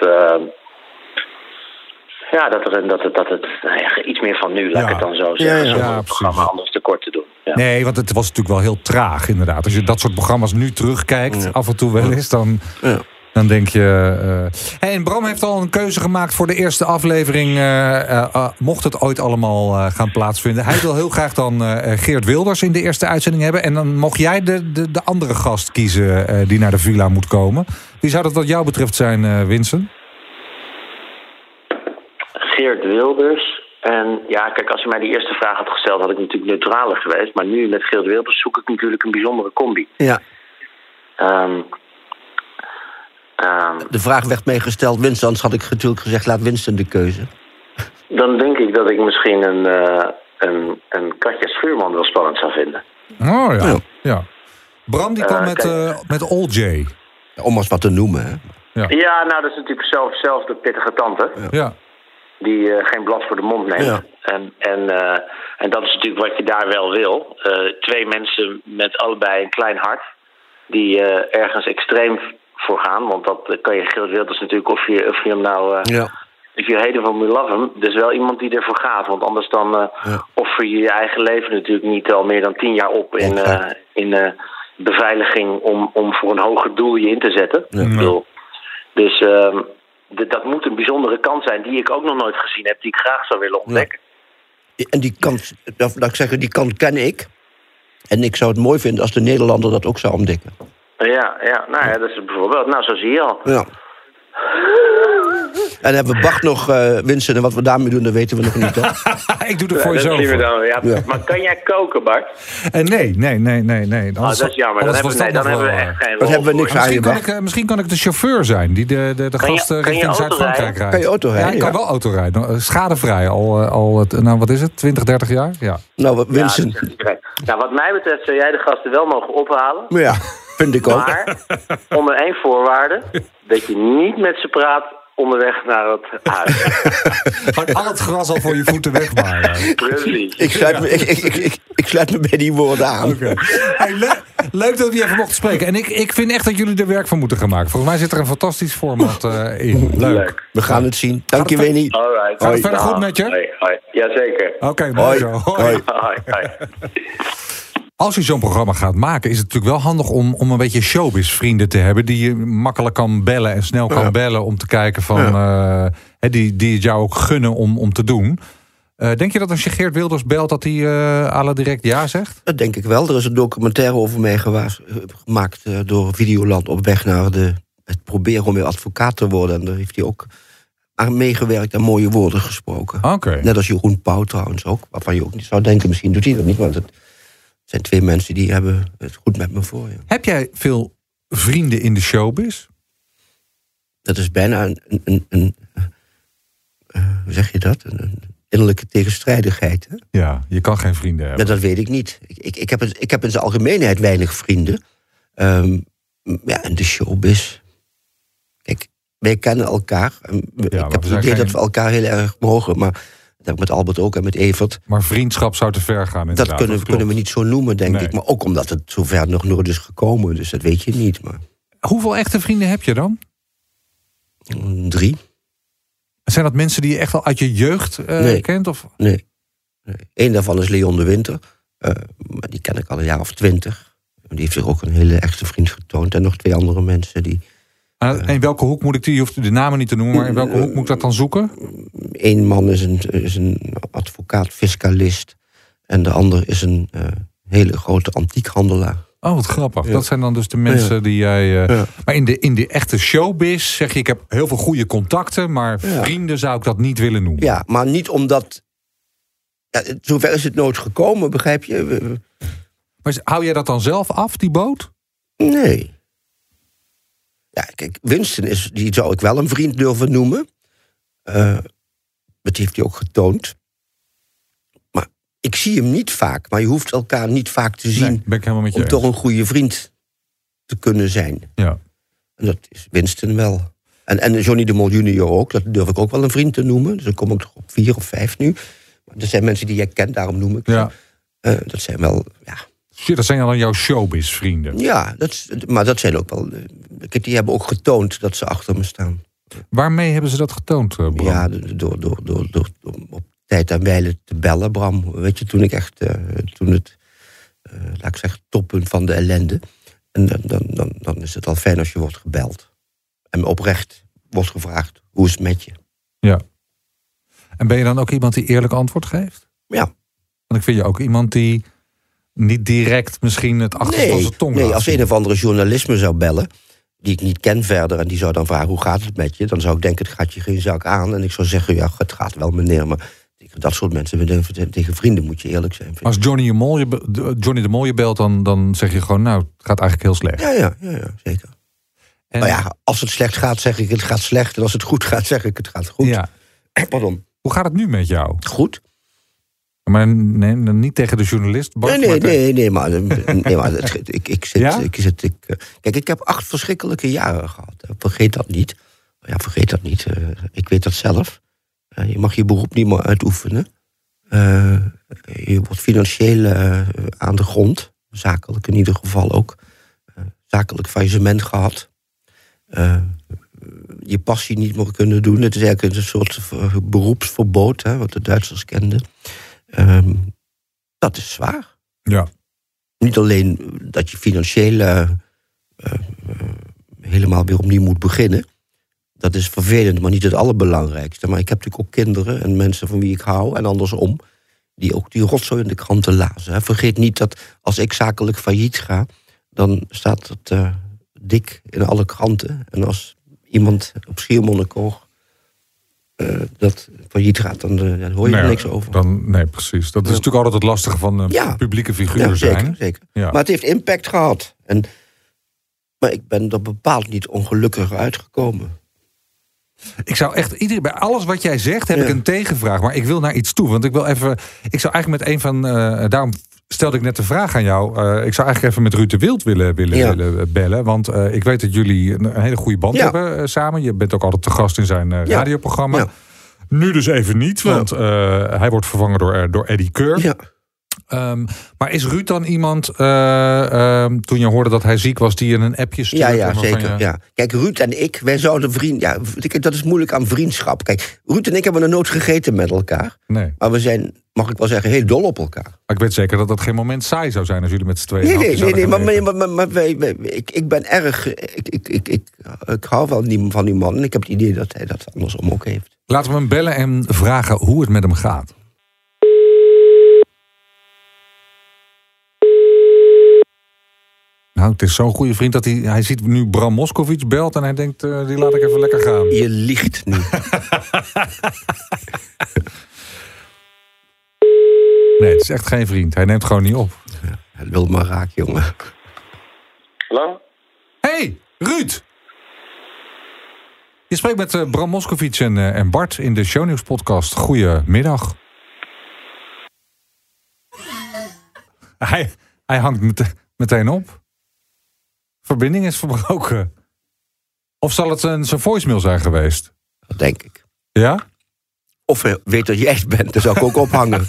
dat het iets meer van nu, laat ik het dan zo zeggen. Zonder het programma anders tekort te doen. Ja. Nee, want het was natuurlijk wel heel traag, inderdaad. Als je dat soort programma's nu terugkijkt, af en toe wel eens, dan denk je... En Bram heeft al een keuze gemaakt voor de eerste aflevering. Mocht het ooit allemaal gaan plaatsvinden. Hij wil heel graag dan Geert Wilders in de eerste uitzending hebben. En dan mocht jij de andere gast kiezen die naar de villa moet komen. Wie zou dat wat jou betreft zijn, Winston? Geert Wilders. En ja, kijk, als je mij die eerste vraag had gesteld, had ik natuurlijk neutraler geweest. Maar nu met Geert Wilders zoek ik natuurlijk een bijzondere combi. Ja. De vraag werd mij gesteld, Winston, anders had ik natuurlijk gezegd, laat Winston de keuze. Dan denk ik dat ik misschien een Katja Schuurman wel spannend zou vinden. Oh ja. Bram die kwam met All J. Om eens wat te noemen, hè? Ja, nou, dat is natuurlijk zelf de pittige tante. Ja. Die geen blad voor de mond neemt. Ja. En dat is natuurlijk wat je daar wel wil. Twee mensen met allebei een klein hart. Die ergens extreem voor gaan. Want dat kan je Geert Wilders natuurlijk of je hem nou... If you hate him or you love him. Dus wel iemand die ervoor gaat. Want anders dan offer je je eigen leven natuurlijk niet al meer dan 10 jaar op in beveiliging om voor een hoger doel je in te zetten. Ja. Dus dat moet een bijzondere kant zijn die ik ook nog nooit gezien heb. Die ik graag zou willen ontdekken. Ja. En die kant, laat ik zeggen, die kant ken ik. En ik zou het mooi vinden als de Nederlander dat ook zou ontdekken. Ja, nou ja, dat is bijvoorbeeld. Nou, zo zie je al. Ja. En dan hebben we Bart nog, Winston, en wat we daarmee doen, dat weten we nog niet. Hè? Ik doe het voor jezelf. Ja. Maar kan jij koken, Bart? Nee. Dat is jammer. Dan hebben we echt geen rol. Dan hebben we niks aan je. Misschien kan ik de chauffeur zijn die de gasten richting Zuid-Frankrijk rijdt. Kan je auto rijden? Ja, ik kan wel auto rijden. Schadevrij wat is het? 20, 30 jaar? Ja. Nou, Winston. Nou, wat mij betreft zou jij de gasten wel mogen ophalen. Ja, vind ik ook. Maar onder 1 voorwaarde, dat je niet met ze praat onderweg naar het huis. Gewoon al het gras al voor je voeten wegmaaien. Precies. Ik sluit me bij die woorden aan. Okay. Hey, leuk dat we je even mochten spreken. En ik vind echt dat jullie er werk van moeten gaan maken. Volgens mij zit er een fantastisch format in. Leuk. We gaan het zien. Dank je, Winnie. Alright. Gaat het verder goed met je? Hoi. Jazeker. Oké, mooi zo. Hoi. Als je zo'n programma gaat maken, is het natuurlijk wel handig om een beetje showbiz-vrienden te hebben die je makkelijk kan bellen en snel kan bellen om te kijken van die het jou ook gunnen om te doen. Denk je dat als je Geert Wilders belt dat hij à la direct ja zegt? Dat denk ik wel. Er is een documentaire over mij gemaakt door Videoland op weg naar het proberen om weer advocaat te worden. En daar heeft hij ook aan meegewerkt en mooie woorden gesproken. Okay. Net als Jeroen Pauw trouwens ook, waarvan je ook niet zou denken, misschien doet hij dat niet, want het zijn 2 mensen die hebben het goed met me voor. Ja. Heb jij veel vrienden in de showbiz? Dat is bijna een hoe zeg je dat? Een innerlijke tegenstrijdigheid. Hè? Ja, je kan geen vrienden hebben. Dat weet ik niet. Ik heb in zijn algemeenheid weinig vrienden. In de showbiz. Kijk, wij kennen elkaar. Ik heb het idee dat we elkaar heel erg mogen, maar dat heb ik met Albert ook en met Evert. Maar vriendschap zou te ver gaan, inderdaad. Dat kunnen we niet zo noemen, denk ik. Maar ook omdat het zover nog nooit is gekomen. Dus dat weet je niet. Maar hoeveel echte vrienden heb je dan? 3. Zijn dat mensen die je echt al uit je jeugd kent? Of? Nee. Eén daarvan is Leon de Winter. Maar die ken ik al een jaar of 20. Die heeft zich ook een hele echte vriend getoond. En nog 2 andere mensen die... in welke hoek moet ik die? Je hoeft de namen niet te noemen, maar in welke hoek moet ik dat dan zoeken? Eén man is een advocaat-fiscalist. En de ander is een hele grote antiekhandelaar. Oh, wat grappig. Ja. Dat zijn dan dus de mensen die jij... Ja. Maar in de echte showbiz zeg je, ik heb heel veel goede contacten, maar vrienden zou ik dat niet willen noemen. Ja, maar niet omdat... Ja, zover is het nooit gekomen, begrijp je? Maar hou jij dat dan zelf af, die boot? Nee. Ja, kijk, Winston die zou ik wel een vriend durven noemen. Dat heeft hij ook getoond. Maar ik zie hem niet vaak. Maar je hoeft elkaar niet vaak te zien... ben ik helemaal met je om eens. toch een goede vriend te kunnen zijn. Ja. En dat is Winston wel. En Johnny de Mol junior ook. Dat durf ik ook wel een vriend te noemen. Dus dan kom ik toch op 4 of 5 nu. Maar er zijn mensen die jij kent, daarom noem ik ze. Dat zijn wel... Ja. Shit, dat zijn dan jouw showbiz-vrienden. Ja, maar dat zijn ook wel... Die hebben ook getoond dat ze achter me staan. Waarmee hebben ze dat getoond, Bram? Ja, door op tijd en wijle te bellen, Bram. Weet je, toen ik echt... toen het, laat ik zeggen, toppunt van de ellende. En dan is het al fijn als je wordt gebeld. En oprecht wordt gevraagd, hoe is het met je? Ja. En ben je dan ook iemand die eerlijk antwoord geeft? Ja. Want ik vind je ook iemand die niet direct misschien het achterste van zijn tong Nee, als een of andere journalist me zou bellen... die ik niet ken verder, en die zou dan vragen... hoe gaat het met je? Dan zou ik denken, het gaat je geen zak aan. En ik zou zeggen, ja, het gaat wel, meneer. Maar tegen dat soort mensen, tegen vrienden moet je eerlijk zijn. Als Johnny de Mol je belt, dan zeg je gewoon... nou, het gaat eigenlijk heel slecht. Ja, zeker. En... Maar ja, als het slecht gaat, zeg ik het gaat slecht. En als het goed gaat, zeg ik het gaat goed. Ja. Pardon. Hoe gaat het nu met jou? Goed. Maar nee, niet tegen de journalist, Bart? Nee, maar kijk, ik heb 8 verschrikkelijke jaren gehad. Vergeet dat niet. Ja, vergeet dat niet. Ik weet dat zelf. Je mag je beroep niet meer uitoefenen. Je wordt financieel aan de grond. Zakelijk in ieder geval ook. Zakelijk faillissement gehad. Je passie niet meer kunnen doen. Het is eigenlijk een soort beroepsverbod, wat de Duitsers kenden. Dat is zwaar. Ja. Niet alleen dat je financieel helemaal weer opnieuw moet beginnen. Dat is vervelend, maar niet het allerbelangrijkste. Maar ik heb natuurlijk ook kinderen en mensen van wie ik hou... en andersom, die ook die rotzooi in de kranten lazen. Vergeet niet dat als ik zakelijk failliet ga... dan staat het dik in alle kranten. En als iemand op Schiermonnikoog... dat failliet gaat, dan hoor je er niks over. Nee, precies. Dat is natuurlijk altijd het lastige van publieke figuur zijn. Zeker. Ja. Maar het heeft impact gehad. Maar ik ben er bepaald niet ongelukkiger uitgekomen. Ik zou echt, bij alles wat jij zegt, heb ik een tegenvraag. Maar ik wil naar iets toe. Want ik zou eigenlijk met een van... daarom stelde ik net de vraag aan jou. Ik zou eigenlijk even met Ruud de Wild willen bellen. Want ik weet dat jullie een hele goede band hebben samen. Je bent ook altijd te gast in zijn radioprogramma. Ja. Nu dus even niet, want hij wordt vervangen door Eddie Keur. Ja. Maar is Ruud dan iemand, toen je hoorde dat hij ziek was, die je een appje stuurde? Ja, zeker. Ja. Kijk, Ruud en ik, wij zouden vrienden... Ja, dat is moeilijk aan vriendschap. Kijk, Ruud en ik hebben nog nooit gegeten met elkaar. Nee. Maar we zijn, mag ik wel zeggen, heel dol op elkaar. Maar ik weet zeker dat dat geen moment saai zou zijn als jullie met z'n tweeën... Nee, maar ik ben erg... Ik hou wel van die man en ik heb het idee dat hij dat andersom ook heeft. Laten we hem bellen en vragen hoe het met hem gaat. Nou, het is zo'n goede vriend dat hij ziet nu Bram Moskowitz belt... en hij denkt, die laat ik even lekker gaan. Je liegt nu. Nee, het is echt geen vriend. Hij neemt gewoon niet op. Ja, hij wil maar raak, jongen. Hallo? Hey, Ruud! Je spreekt met Bram Moskowitz en Bart in de Shownieuws podcast. Goedemiddag. Hij hangt meteen op. Verbinding is verbroken. Of zal het zijn voicemail zijn geweest? Dat denk ik. Ja? Of weet dat jij het bent, dan zou ik ook ophangen.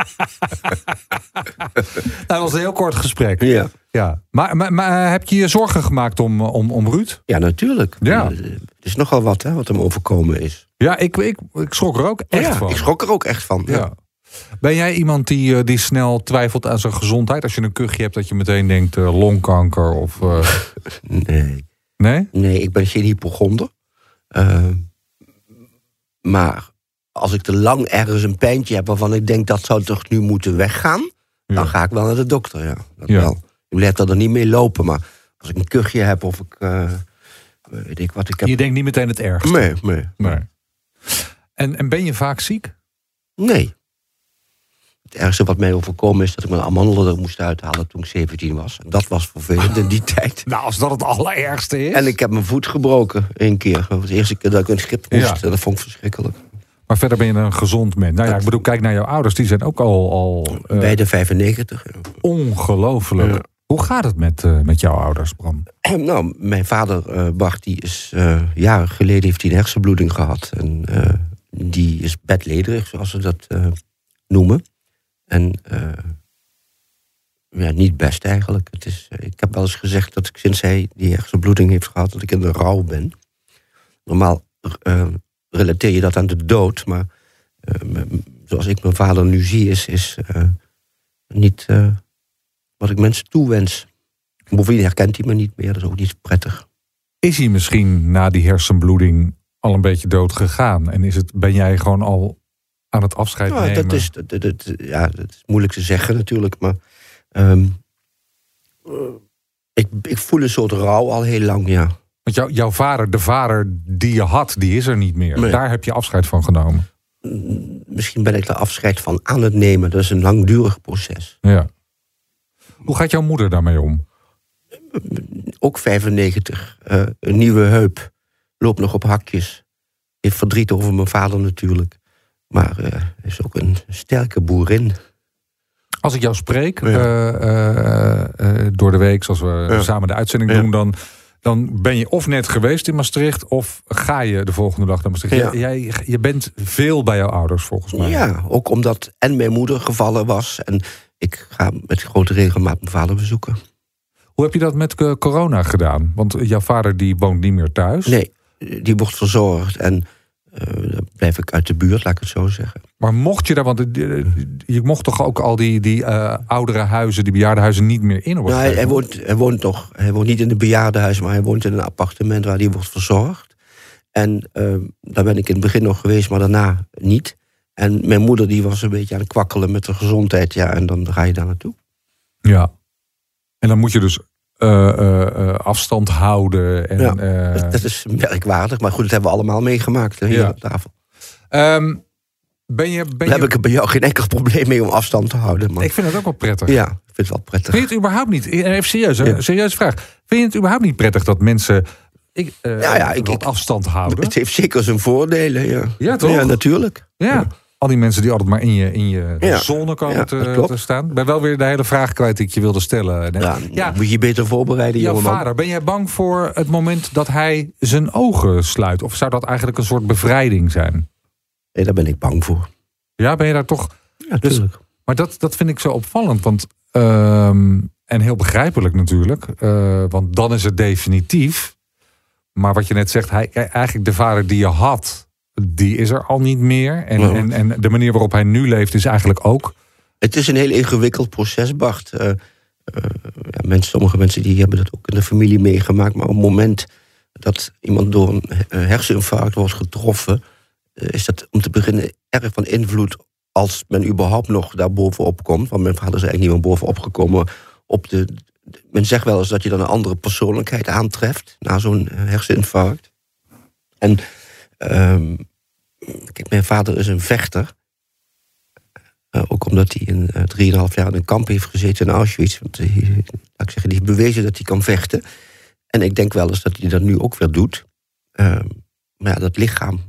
Dat was een heel kort gesprek. Ja. Maar heb je je zorgen gemaakt om Ruud? Ja, natuurlijk. Ja. Het is nogal wat hem overkomen is. Ja, ik schrok er ook echt van. Ik schrok er ook echt van. Ja. Ben jij iemand die snel twijfelt aan zijn gezondheid? Als je een kuchje hebt dat je meteen denkt longkanker of... Nee. Nee? Nee, ik ben geen hypochonder. Maar als ik te lang ergens een pijntje heb waarvan ik denk dat zou toch nu moeten weggaan... dan ga ik wel naar de dokter, Dat wel. Ik blijf er niet mee lopen, maar als ik een kuchje heb of ik... weet ik wat ik heb... Je denkt niet meteen het ergste? Nee. En ben je vaak ziek? Nee. Het ergste wat mij overkomen is dat ik mijn amandelen er moest uithalen toen ik 17 was. En dat was vervelend in die tijd. Nou, als dat het allerergste is. En ik heb mijn voet gebroken 1 keer. Dat was de eerste keer dat ik een schip moest. Ja. En dat vond ik verschrikkelijk. Maar verder ben je een gezond mens. Nou ja, ik bedoel, kijk naar jouw ouders. Die zijn ook al Bij de 95. ongelooflijk. Ja. Hoe gaat het met jouw ouders, Bram? Nou, mijn vader, Bart, die is jaren geleden heeft hij een hersenbloeding gehad. En die is bedlederig, zoals ze dat noemen. En niet best eigenlijk. Ik heb wel eens gezegd dat ik sinds hij die hersenbloeding heeft gehad, dat ik in de rouw ben. Normaal relateer je dat aan de dood, maar zoals ik mijn vader nu zie, is niet wat ik mensen toewens. Bovendien herkent hij me niet meer, dat is ook niet prettig. Is hij misschien na die hersenbloeding al een beetje dood gegaan? En ben jij gewoon al aan het afscheid nemen? Dat is moeilijk te zeggen natuurlijk, maar ik voel een soort rouw al heel lang, ja. Want jouw vader, de vader die je had, die is er niet meer. Nee. Daar heb je afscheid van genomen. Misschien ben ik er afscheid van aan het nemen. Dat is een langdurig proces. Ja. Hoe gaat jouw moeder daarmee om? Ook 95. Een nieuwe heup. Loopt nog op hakjes. Heeft verdriet over mijn vader natuurlijk. Maar is ook een sterke boerin. Als ik jou spreek, door de week, zoals we samen de uitzending doen, dan ben je of net geweest in Maastricht, of ga je de volgende dag naar Maastricht. Ja. Je bent veel bij jouw ouders, volgens mij. Ja, ook omdat en mijn moeder gevallen was. En ik ga met grote regelmaat mijn vader bezoeken. Hoe heb je dat met corona gedaan? Want jouw vader die woont niet meer thuis. Nee, die wordt verzorgd. En dan blijf ik uit de buurt, laat ik het zo zeggen. Maar mocht je daar, want je mocht toch ook al die oudere huizen, die bejaardenhuizen niet meer in? Nou, hij woont niet in een bejaardenhuis, maar hij woont in een appartement waar hij wordt verzorgd. En daar ben ik in het begin nog geweest, maar daarna niet. En mijn moeder die was een beetje aan het kwakkelen met de gezondheid. Ja, en dan ga je daar naartoe. Ja. En dan moet je dus afstand houden. En, dat is merkwaardig. Maar goed, dat hebben we allemaal meegemaakt hier op tafel. Daar heb ik bij jou geen enkel probleem mee om afstand te houden. Maar... Ik vind het ook wel prettig. Ja, ik vind het wel prettig. Vind je het überhaupt niet? Even serieus, een serieuze vraag. Vind je het überhaupt niet prettig dat mensen wat afstand houden? Het heeft zeker zijn voordelen, ja. Ja, toch? Ja, natuurlijk. Ja. Al die mensen die altijd maar in je zone komen te staan. Ik ben wel weer de hele vraag kwijt die ik je wilde stellen. Ja, moet je beter voorbereiden, jouw jongeman. vader, ben jij bang voor het moment dat hij zijn ogen sluit? Of zou dat eigenlijk een soort bevrijding zijn? Nee, daar ben ik bang voor. Ja, ben je daar toch? Ja, natuurlijk. Dus, maar dat vind ik zo opvallend. Want, en heel begrijpelijk natuurlijk. Want dan is het definitief. Maar wat je net zegt, eigenlijk de vader die je had, die is er al niet meer. En de manier waarop hij nu leeft is eigenlijk ook. Het is een heel ingewikkeld proces, Bart. Sommige mensen die hebben dat ook in de familie meegemaakt. Maar op het moment dat iemand door een herseninfarct wordt getroffen, is dat om te beginnen erg van invloed als men überhaupt nog daar bovenop komt. Want mijn vader is eigenlijk niet meer bovenop gekomen. Men zegt wel eens dat je dan een andere persoonlijkheid aantreft na zo'n herseninfarct. En kijk, mijn vader is een vechter. Ook omdat hij 3,5 jaar in een kamp heeft gezeten in Auschwitz. Want die heeft bewezen dat hij kan vechten. En ik denk wel eens dat hij dat nu ook weer doet. Maar ja, dat lichaam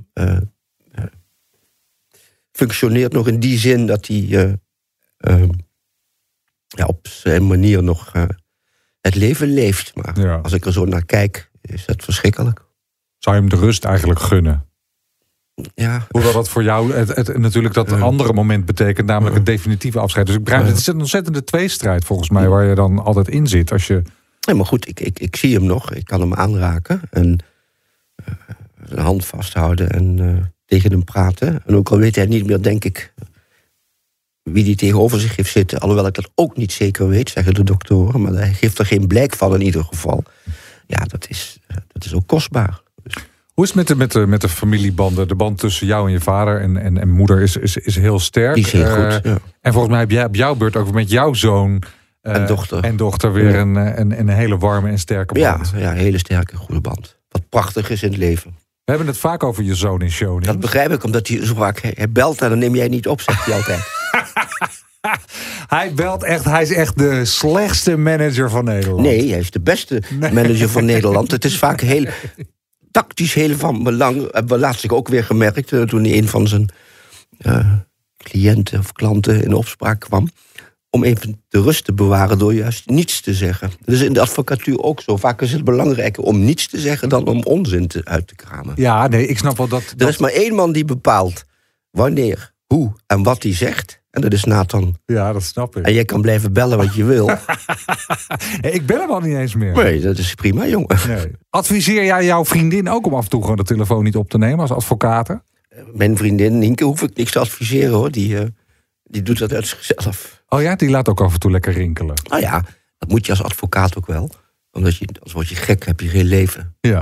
functioneert nog in die zin dat hij op zijn manier nog het leven leeft. Maar als ik er zo naar kijk, is dat verschrikkelijk. Zou je hem de rust eigenlijk gunnen? Ja. Hoewel dat voor jou natuurlijk dat andere moment betekent, namelijk het definitieve afscheid. Dus ik begrijp, het is een ontzettende tweestrijd volgens mij, waar je dan altijd in zit. Als je... Nee, maar goed, ik zie hem nog. Ik kan hem aanraken en zijn hand vasthouden en tegen hem praten. En ook al weet hij niet meer, denk ik, wie die tegenover zich heeft zitten. Alhoewel ik dat ook niet zeker weet, zeggen de doktoren. Maar hij geeft er geen blijk van in ieder geval. Ja, dat is ook kostbaar. Hoe is het met de familiebanden? De band tussen jou en je vader en moeder is heel sterk. Die is heel goed, ja. En volgens mij heb jij op jouw beurt ook met jouw zoon en dochter weer een hele warme en sterke band. Ja, een hele sterke, goede band. Wat prachtig is in het leven. We hebben het vaak over je zoon in Shoning. Dat begrijp ik, omdat hij zo vaak hij belt en dan neem jij niet op, zegt hij altijd. Hij belt echt, hij is echt de slechtste manager van Nederland. Nee, hij is de beste manager van Nederland. Het is vaak tactisch heel van belang. Hebben we laatst ook weer gemerkt, toen hij een van zijn cliënten of klanten in opspraak kwam, om even de rust te bewaren door juist niets te zeggen. Dat is in de advocatuur ook zo. Vaak is het belangrijker om niets te zeggen dan om onzin uit te kramen. Ja, nee, ik snap wel dat... Er is maar één man die bepaalt wanneer, hoe en wat hij zegt. En dat is Nathan. Ja, dat snap ik. En jij kan blijven bellen wat je wil. Nee, ik bel hem al niet eens meer. Nee, dat is prima, jongen. Nee. Adviseer jij jouw vriendin ook om af en toe gewoon de telefoon niet op te nemen als advocaat? Mijn vriendin Nienke hoef ik niks te adviseren, hoor. Die doet dat uit zichzelf. Oh ja, die laat ook af en toe lekker rinkelen. Nou ja, dat moet je als advocaat ook wel. Anders word je gek, heb je geen leven. Ja.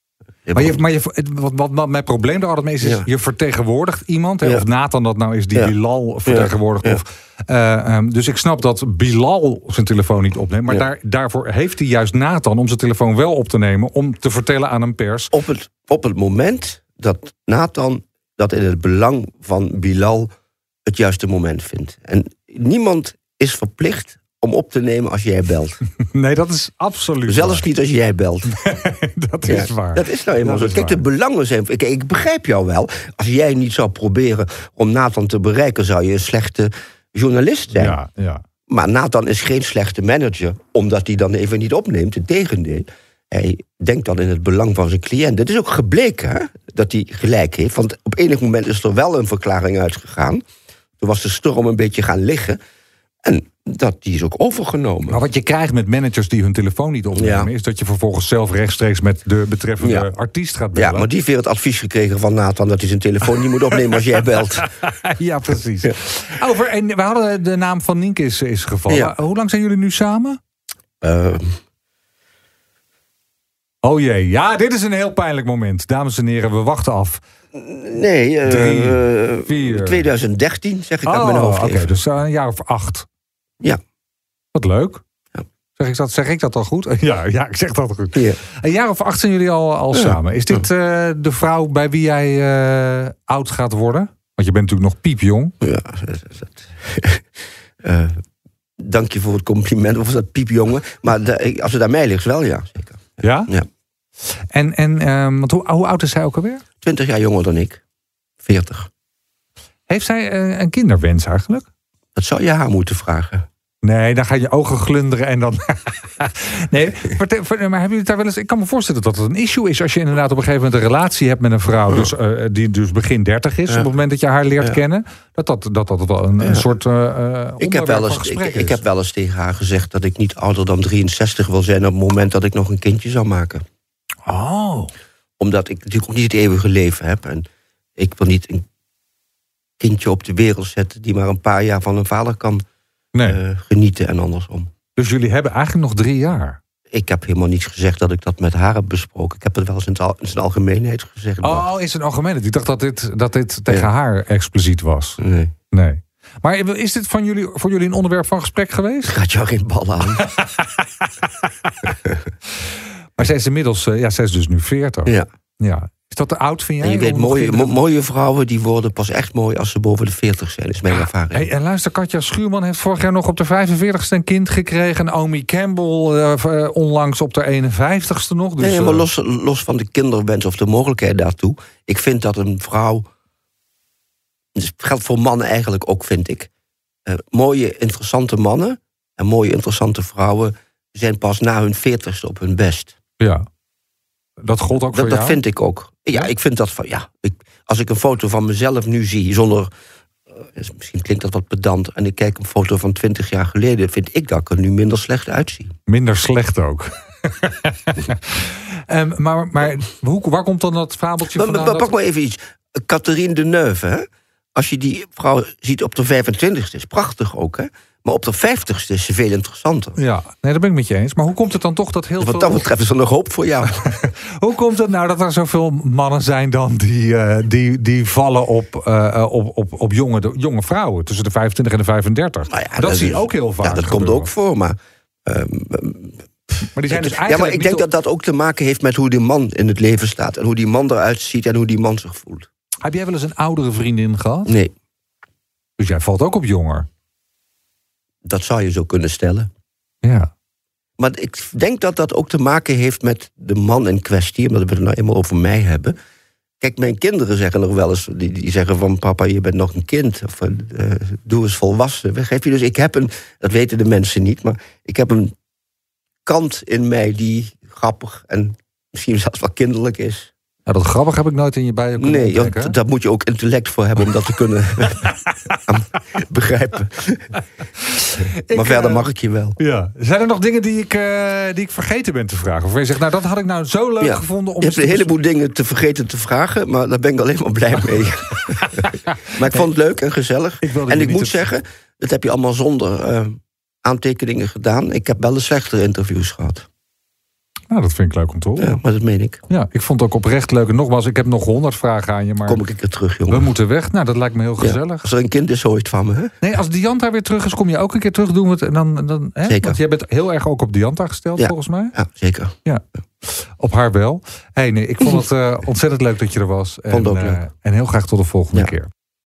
Wat mijn probleem er altijd mee is, je vertegenwoordigt iemand. Hè, of Nathan dat nou is die Bilal vertegenwoordigt. Ja. Dus ik snap dat Bilal zijn telefoon niet opneemt. Maar daarvoor heeft hij juist Nathan om zijn telefoon wel op te nemen. Om te vertellen aan een pers. Op het moment dat Nathan dat in het belang van Bilal het juiste moment vindt. En niemand is verplicht om op te nemen als jij belt. Nee, dat is absoluut zelfs waar. Niet als jij belt. Dat is waar. Dat is nou eenmaal zo. Kijk, de belangen zijn... Ik begrijp jou wel. Als jij niet zou proberen om Nathan te bereiken, zou je een slechte journalist zijn. Ja. Maar Nathan is geen slechte manager, omdat hij dan even niet opneemt. Integendeel. Hij denkt dan in het belang van zijn cliënt. Het is ook gebleken, hè, dat hij gelijk heeft. Want op enig moment is er wel een verklaring uitgegaan. Toen was de storm een beetje gaan liggen. En die is ook overgenomen. Maar wat je krijgt met managers die hun telefoon niet opnemen, is dat je vervolgens zelf rechtstreeks met de betreffende artiest gaat bellen. Ja, maar die heeft weer het advies gekregen van Nathan dat hij zijn telefoon niet moet opnemen als jij belt. Ja, precies. Ja. En we hadden de naam van Nienke is gevallen. Ja. Hoe lang zijn jullie nu samen? Oh jee, ja, dit is een heel pijnlijk moment. Dames en heren, we wachten af. Nee, 3, 4. 2013 zeg ik uit mijn hoofd. Oké, dus een jaar of 8. Ja. Wat leuk. Ja. Zeg ik dat al goed? Ja, ik zeg dat goed. Ja. Een jaar of 8 zijn jullie al samen. Is dit de vrouw bij wie jij oud gaat worden? Want je bent natuurlijk nog piepjong. Ja, dank je voor het compliment. Of dat piepjongen. Maar als het aan mij ligt, wel ja. Zeker. Ja? Ja. Want hoe oud is zij ook alweer? 20 jaar jonger dan ik. 40. Heeft zij een kinderwens eigenlijk? Dat zou je haar moeten vragen. Nee, dan gaan je ogen glunderen en dan... Nee, maar hebben jullie daar wel eens... Ik kan me voorstellen dat het een issue is als je inderdaad op een gegeven moment een relatie hebt met een vrouw, die dus begin 30 is, op het moment dat je haar leert kennen, dat wel een soort onderwerp van gesprek is. Ik heb wel eens tegen haar gezegd dat ik niet ouder dan 63 wil zijn op het moment dat ik nog een kindje zou maken. Oh. Omdat ik natuurlijk ook niet het eeuwige leven heb. En ik wil niet een kindje op de wereld zetten die maar een paar jaar van een vader kan genieten en andersom. Dus jullie hebben eigenlijk nog 3 jaar? Ik heb helemaal niets gezegd dat ik dat met haar heb besproken. Ik heb het wel eens in zijn algemeenheid gezegd. Oh, in zijn algemeenheid. Ik dacht dat dit tegen haar expliciet was. Nee. Maar is dit voor jullie een onderwerp van gesprek geweest? Gaat jou geen bal aan. Maar zij is inmiddels, zij is dus nu 40. Ja. Is dat te oud, vind jij? En je weet, mooie vrouwen die worden pas echt mooi als ze boven de 40 zijn. Dat is mijn ervaring. Hey, en luister, Katja Schuurman heeft vorig jaar nog op de 45ste een kind gekregen. Naomi Campbell onlangs op de 51ste nog. Dus, nee, maar los van de kinderwens of de mogelijkheid daartoe. Ik vind dat een vrouw... Dat geldt voor mannen eigenlijk ook, vind ik. Mooie, interessante mannen en mooie, interessante vrouwen zijn pas na hun 40ste op hun best. Ja. Dat gold ook voor jou? Dat vind ik ook. Ja, ik vind dat van... Ja, als ik een foto van mezelf nu zie, zonder... misschien klinkt dat wat pedant... en ik kijk een foto van 20 jaar geleden... vind ik dat ik er nu minder slecht uitzie. Minder slecht ook. Maar waar komt dan dat fabeltje vandaan? Pak maar even iets. Catherine Deneuve, hè? Als je die vrouw ziet op de 25ste, is prachtig ook, hè? Maar op de 50ste is ze veel interessanter. Ja, nee, dat ben ik met je eens. Maar hoe komt het dan toch dat heel veel... Wat dat betreft is er nog hoop voor jou. Hoe komt het nou dat er zoveel mannen zijn dan die vallen op jonge vrouwen tussen de 25 en de 35? Nou ja, dat zie je ook heel vaak. Ja, dat komt ook voor, maar... Maar die zijn dus eigenlijk maar ik denk dat dat ook te maken heeft met hoe die man in het leven staat. En hoe die man eruit ziet en hoe die man zich voelt. Heb jij wel eens een oudere vriendin gehad? Nee. Dus jij valt ook op jonger? Dat zou je zo kunnen stellen. Ja. Maar ik denk dat dat ook te maken heeft met de man in kwestie, omdat we het nou eenmaal over mij hebben. Kijk, mijn kinderen zeggen nog wel eens, die zeggen van papa, je bent nog een kind. Of doe eens volwassen. Begrijp je? Dus ik heb dat weten de mensen niet, maar ik heb een kant in mij die grappig en misschien zelfs wel kinderlijk is. Nou, dat grappig heb ik nooit in je bijen kunnen ontdekken. Nee, daar moet je ook intellect voor hebben om dat te kunnen begrijpen. Maar verder mag ik je wel. Ja. Zijn er nog dingen die ik vergeten ben te vragen? Of je zegt, nou dat had ik nou zo leuk gevonden. Om je hebt een heleboel dingen te vergeten te vragen, maar daar ben ik alleen maar blij mee. Maar ik vond het leuk en gezellig. En ik moet zeggen, dat heb je allemaal zonder aantekeningen gedaan. Ik heb wel de slechtere interviews gehad. Nou, dat vind ik leuk om te horen. Ja, maar dat meen ik. Ja, ik vond het ook oprecht leuk. En nogmaals, ik heb nog 100 vragen aan je. Maar kom ik een keer terug, jongen. We moeten weg. Nou, dat lijkt me heel gezellig. Ja, als er een kind is, hoor je het van me, hè? Nee, als Dianta weer terug is, kom je ook een keer terug. Doen we het. En dan, hè? Zeker. Want jij bent heel erg ook op Dianta gesteld, volgens mij. Ja, zeker. Ja. Op haar wel. Ik vond het ontzettend leuk dat je er was. Vond het ook leuk. En heel graag tot de volgende keer.